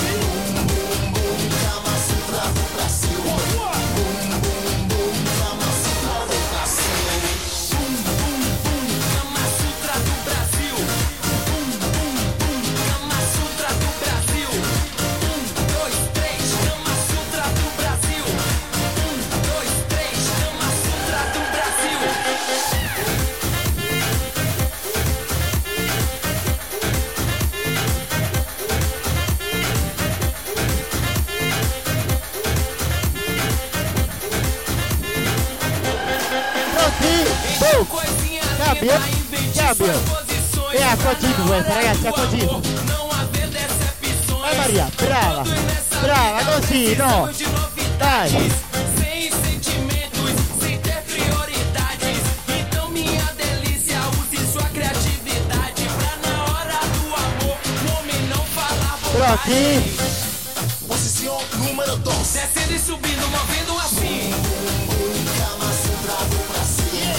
Cambio, cambio. E a continuo questa ragazzi, a continuo. Vai Maria, brava, brava, così, no. Dai. Sem sentimentos, sem ter prioridades. Então minha delícia, use sua criatividade pra na hora do amor o homem não falar bobagem. Pronti? Posição número dois. Descendo e subindo, movendo assim. Kama Sutra do Brasil.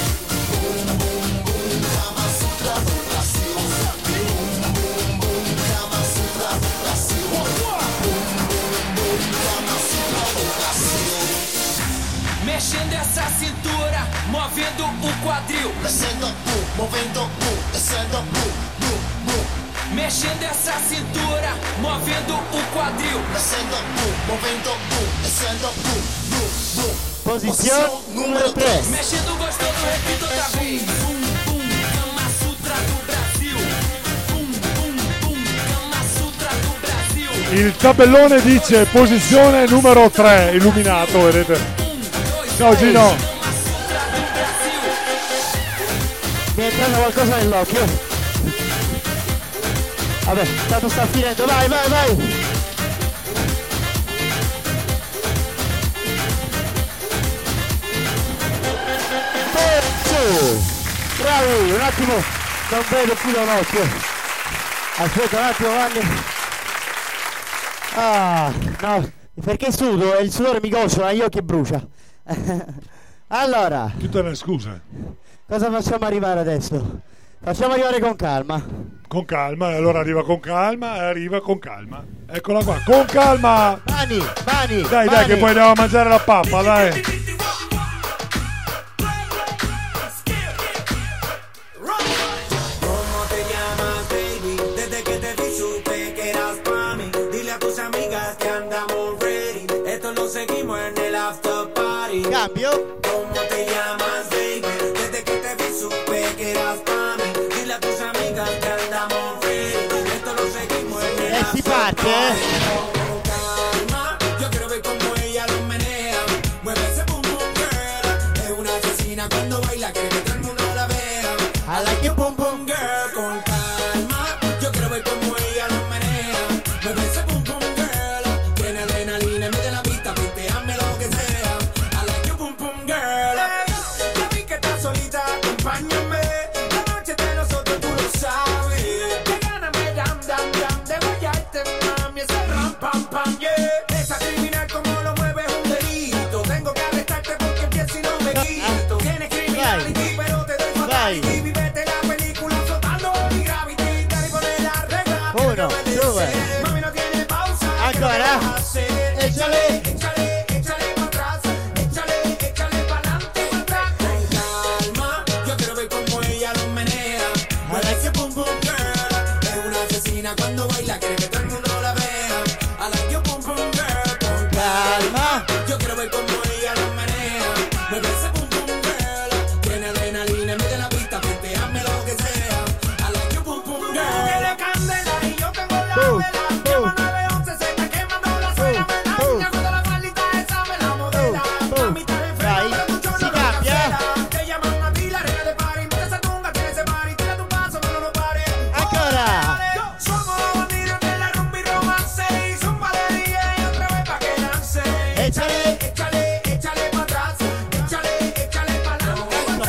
Kama Sutra do Brasil. Kama Sutra do o quadril. Descendo, boom, movendo, boom, descendo, boom, boom, boom. Mexendo essa cintura, movendo o quadril. Descendo, boom, movendo, boom, descendo, boom, boom, boom. Posizione numero tre. Mexendo gostoso, repito outra vez. Bum, bum, Kama Sutra do Brasil. Bum, bum, bum, Kama Sutra do Brasil. Il tabellone dice posizione numero tre, illuminato, vedete. Ciao Gino. Mi è entrato qualcosa nell'occhio. Vabbè, tanto sta finendo, vai, vai, vai! Bravi, un attimo, non vedo più da un occhio. Aspetta un attimo, Vanni. Ah, no, perché sudo e il sudore mi goccia gli occhi e brucia. Allora, Tutte le scuse. cosa facciamo arrivare adesso? Facciamo arrivare con calma. Con calma, allora arriva con calma e arriva con calma. Eccola qua, con calma! Mani, mani! Dai, mani. dai, che poi andiamo a mangiare la pappa, dai! ¿Cómo te llamas, baby? Desde que te vi supe que eras pa' mí. Dile a tus amigas que andamos ready. Esto lo seguimos en el after party. Cambio. ¿Cómo te llamas, baby? Desde que te vi supe que eras pa' mí. Dile a tus amigas que andamos ready. Esto lo seguimos en el E si parte, eh? Con calma, yo quiero ver cómo ella lo menea. Mueve ese boom boom girl. Es una asesina cuando baila, quiere que todo el mundo la vea. I like it boom boom girl. Con calma, yo quiero ver cómo ella lo menea. Mueve ese boom boom girl. Tiene adrenalina en vez de la pista, pinteame lo que sea. I like it boom boom girl. Ya vi que estás solita, acompáñame. La noche de nosotros tú lo sabes. Que gana me dam dam dam de guayarte, mami. Ese ram pam pam, yeah. Esa criminal como lo mueve es un delito. Tengo que arrestarte porque empiezo y no me quito. Tienes criminality, pero te doy fatality. Vivete la película flotando y gravity. Dale y poner la regla. Uno, due. Mami no tiene pausa. Ancora. Échale, échale, échale para atrás. Échale, échale para adelante y para atrás. Con calma, yo quiero ver cómo ella lo menea. Mueve ese boom boom girl. Es una asesina cuando baila, quiere que todo el mundo la vea. I like your boom boom girl. Con calma, yo quiero ver cómo ella lo menea. Mueve ese boom boom girl. Tiene adrenalina en vez de la pista, pinteame lo que sea. I like your boom boom girl. Tiene candela y yo tengo la vela. Llama nueve once, se está quemando la suela. Me da una cuando la maldita esa me la modela. Mami está enferma, pero mucho no me cancela. Te llaman a ti, la reina de party. Mira esa tunga, tiene ese party. Tira tu paso, pero no pare. Ancora. Somos los bandidos de la rumba y romance. Y zumba de D J otra vez pa' que lance. Échale. Échale, échale pa' atrás. Échale, échale pa' adelante. Con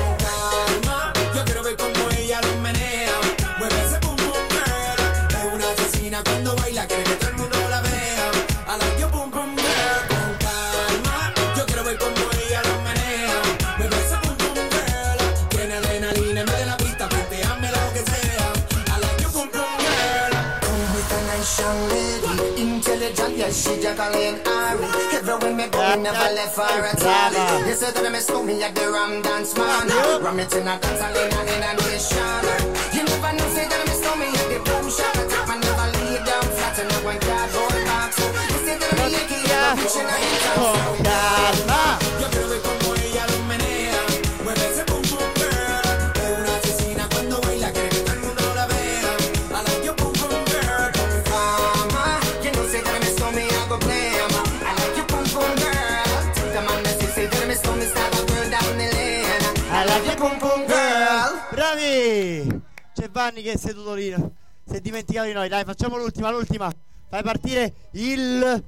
calma, yo quiero ver cómo ella lo menea. Mueve ese boom boom girl. Es una asesina cuando baila, quiere que todo el mundo la vea. I like your boom boom girl. Con calma, yo quiero ver cómo ella lo menea. Mueve ese boom boom girl. Tiene adrenalina en vez de la pista, pinteame lo que sea. I like your boom boom girl. With a nice young lady, intelligent, yes, she Jacqueline and Ari. Everywhere me go, me never left for a tally. They said that me stole me at the Ram Dance Man. Ram it in a dance hall in a, in a nation. You never know, say that me stole me at the boom shop. I take my never lay down flat in a one cardboard box. You say that me Yankee, I'm a bitch in a Con calma. Yo quiero ver cómo ella lo menea. Mueve ese boom boom girl. Es una asesina cuando baila, quiere que todo el mundo la vea. I like your boom boom girl. Con calma. You know, say that me stole me, I go play 'em. I like your boom boom girl. Take the man that say that me stole me, start a girl down the lane. I like your boom boom girl. Bravi! C'è Vanni che è seduto lì. Si è dimenticato di noi. Dai, facciamo l'ultima, l'ultima. Fai partire il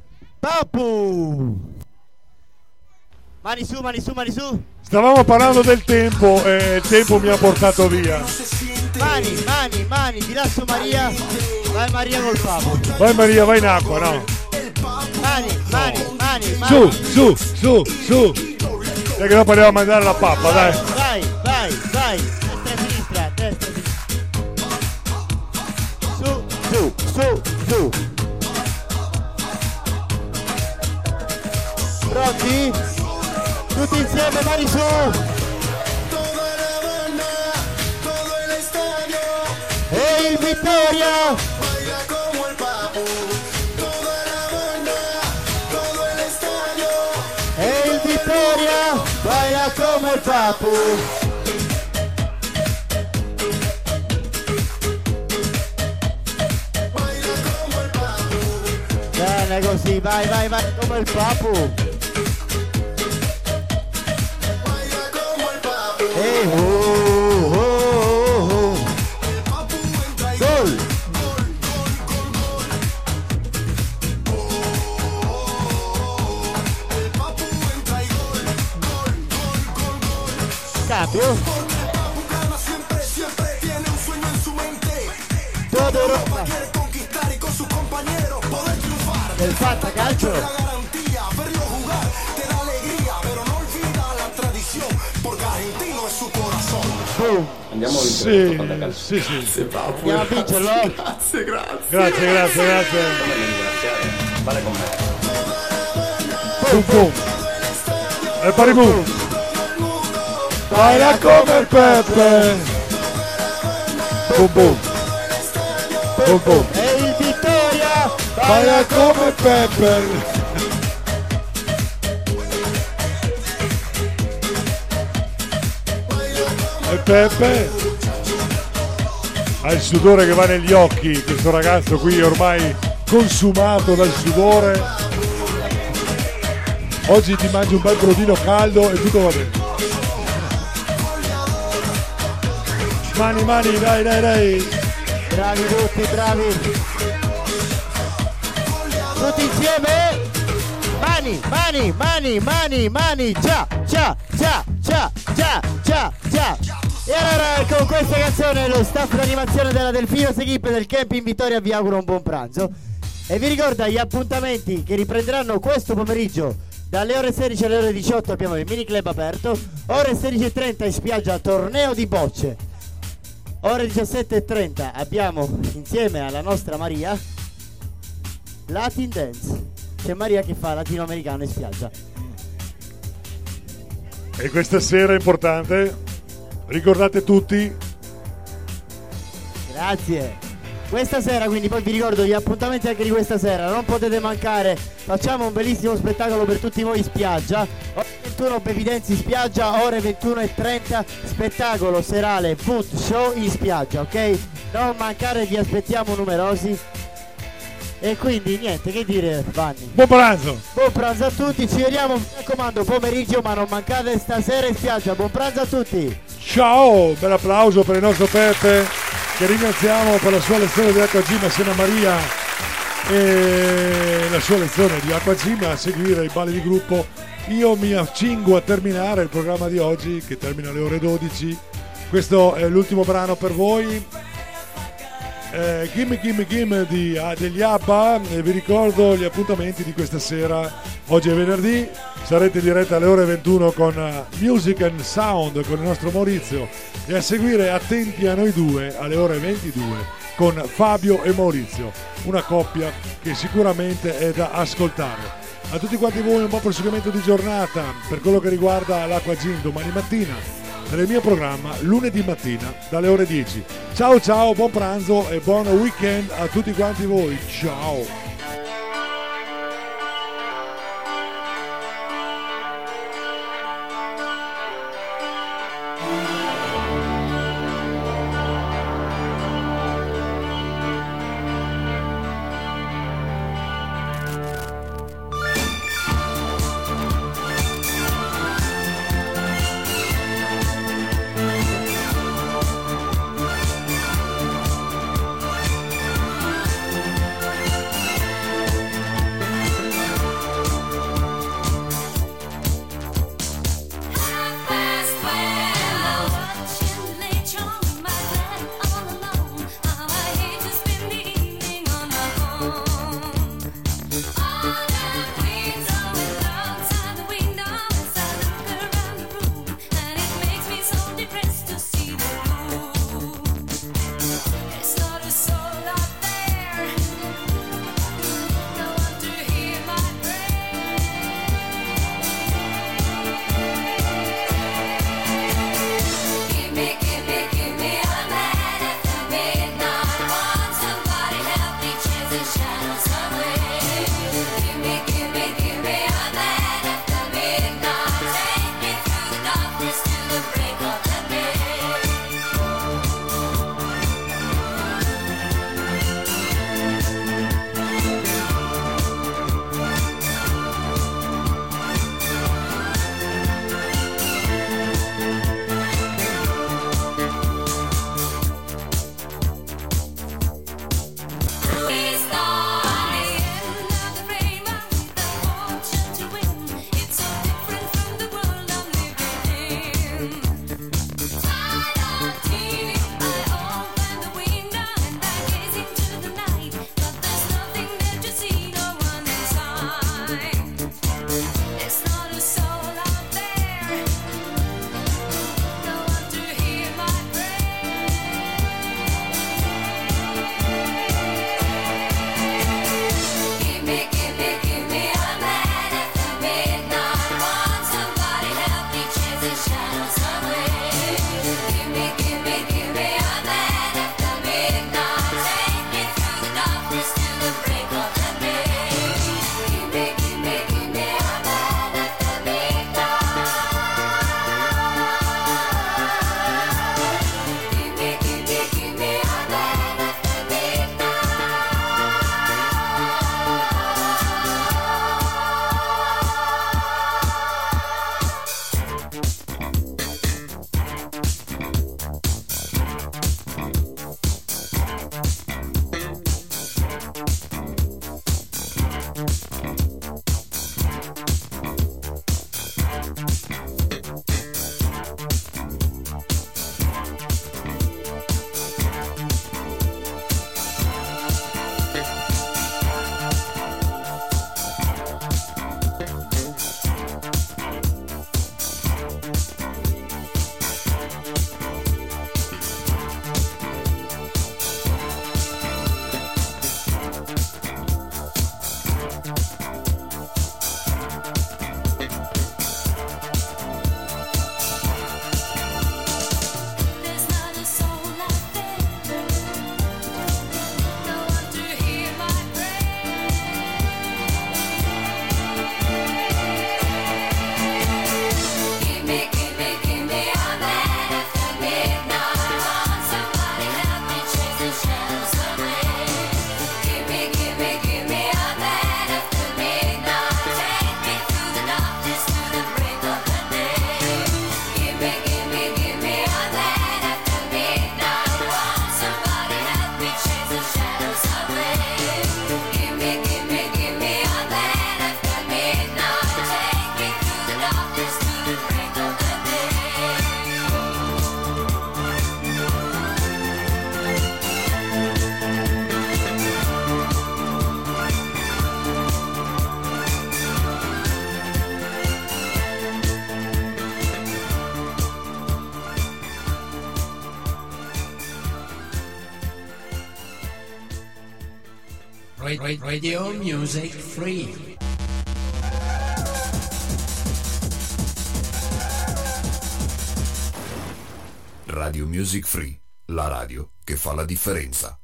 Papu. Mani su, mani su, mani su. Stavamo parlando del tempo e il tempo mi ha portato via. Mani, mani, mani. Di là su Maria. Vai Maria col Papu. Vai Maria, vai in acqua, no? Mani, mani, mani, mani. Su, su, su, su. E che dopo andiamo a mangiare la pappa, dai. Vai, vai, vai. Destra, sinistra, destra, sinistra. Su, su, su, su. Pronti? Tutti insieme, mani su. E il Vittoria baila como el papu, toda la banda, todo el estadio. E il Vittoria baila come il Papu. Bene così, vai, vai, vai come il Papu. E oh, oh, oh, oh. Gol. Cambio. Siempre, siempre tiene un sueño en su mente. Toda Europa quiere conquistar y con sus compañeros poder triunfar. El Fantacalcio. La garantía, verlo jugar te da alegría, pero no olvida la tradición, porque argentino es su corazón. Boom. Andiamo a Sì, vincere. sì, sì. Grazie Papu. Andiamo a vincerlo. Grazie, grazie. Grazie, grazie, grazie. Come mi ringraziare? Vale con me. Pum pum. E pari boom. Baila come il Peppe. Boom boom. Boom boom. E il Vittoria Baila come il Peppe. E Peppe ha il sudore che va negli occhi, questo ragazzo qui ormai consumato dal sudore. Oggi ti mangi un bel brodino caldo e tutto va bene. Mani, mani, dai, dai, dai. Bravi tutti, bravi. Tutti insieme. Mani, mani, mani, mani, mani. Già, già, già, già, già, già, già. E allora con questa canzone lo staff d'animazione della Delfinos Equipe del Camping Vittoria vi augura un buon pranzo. E vi ricorda gli appuntamenti che riprenderanno questo pomeriggio. Dalle ore sedici alle ore diciotto abbiamo il mini club aperto. Ore sedici e trenta in spiaggia torneo di bocce. Ore diciassette e trenta abbiamo insieme alla nostra Maria Latin Dance. C'è Maria che fa latinoamericano in spiaggia. E questa sera è importante, ricordate tutti. Grazie. Questa sera quindi poi vi ricordo gli appuntamenti anche di questa sera. Non potete mancare. Facciamo un bellissimo spettacolo per tutti voi in spiaggia. Ore ventuno Bevidenzi in spiaggia. Ore ventuno e trenta spettacolo serale food show in spiaggia, ok? Non mancare, vi aspettiamo numerosi. E quindi niente, che dire Vanni? Buon pranzo! Buon pranzo a tutti, ci vediamo mi raccomando pomeriggio, ma non mancate stasera in spiaggia. Buon pranzo a tutti! Ciao! Bel applauso per il nostro Peppe, che ringraziamo per la sua lezione di Acqua Gym assieme a Maria e la sua lezione di Acqua Gym, a seguire i balli di gruppo. Io mi accingo a terminare il programma di oggi, che termina alle ore dodici. Questo è l'ultimo brano per voi. Eh, gimme gimme gimme di, ah, degli ABBA, e vi ricordo gli appuntamenti di questa sera. Oggi è venerdì, sarete in diretta alle ore ventuno con uh, Music and Sound con il nostro Maurizio, e a seguire Attenti a noi due alle ore ventidue con Fabio e Maurizio, una coppia che sicuramente è da ascoltare. A tutti quanti voi un buon proseguimento di giornata per quello che riguarda l'Acqua Gym domani mattina, nel mio programma lunedì mattina dalle ore dieci. Ciao ciao, buon pranzo e buon weekend a tutti quanti voi. Ciao. Radio Music Free. Radio Music Free, la radio che fa la differenza.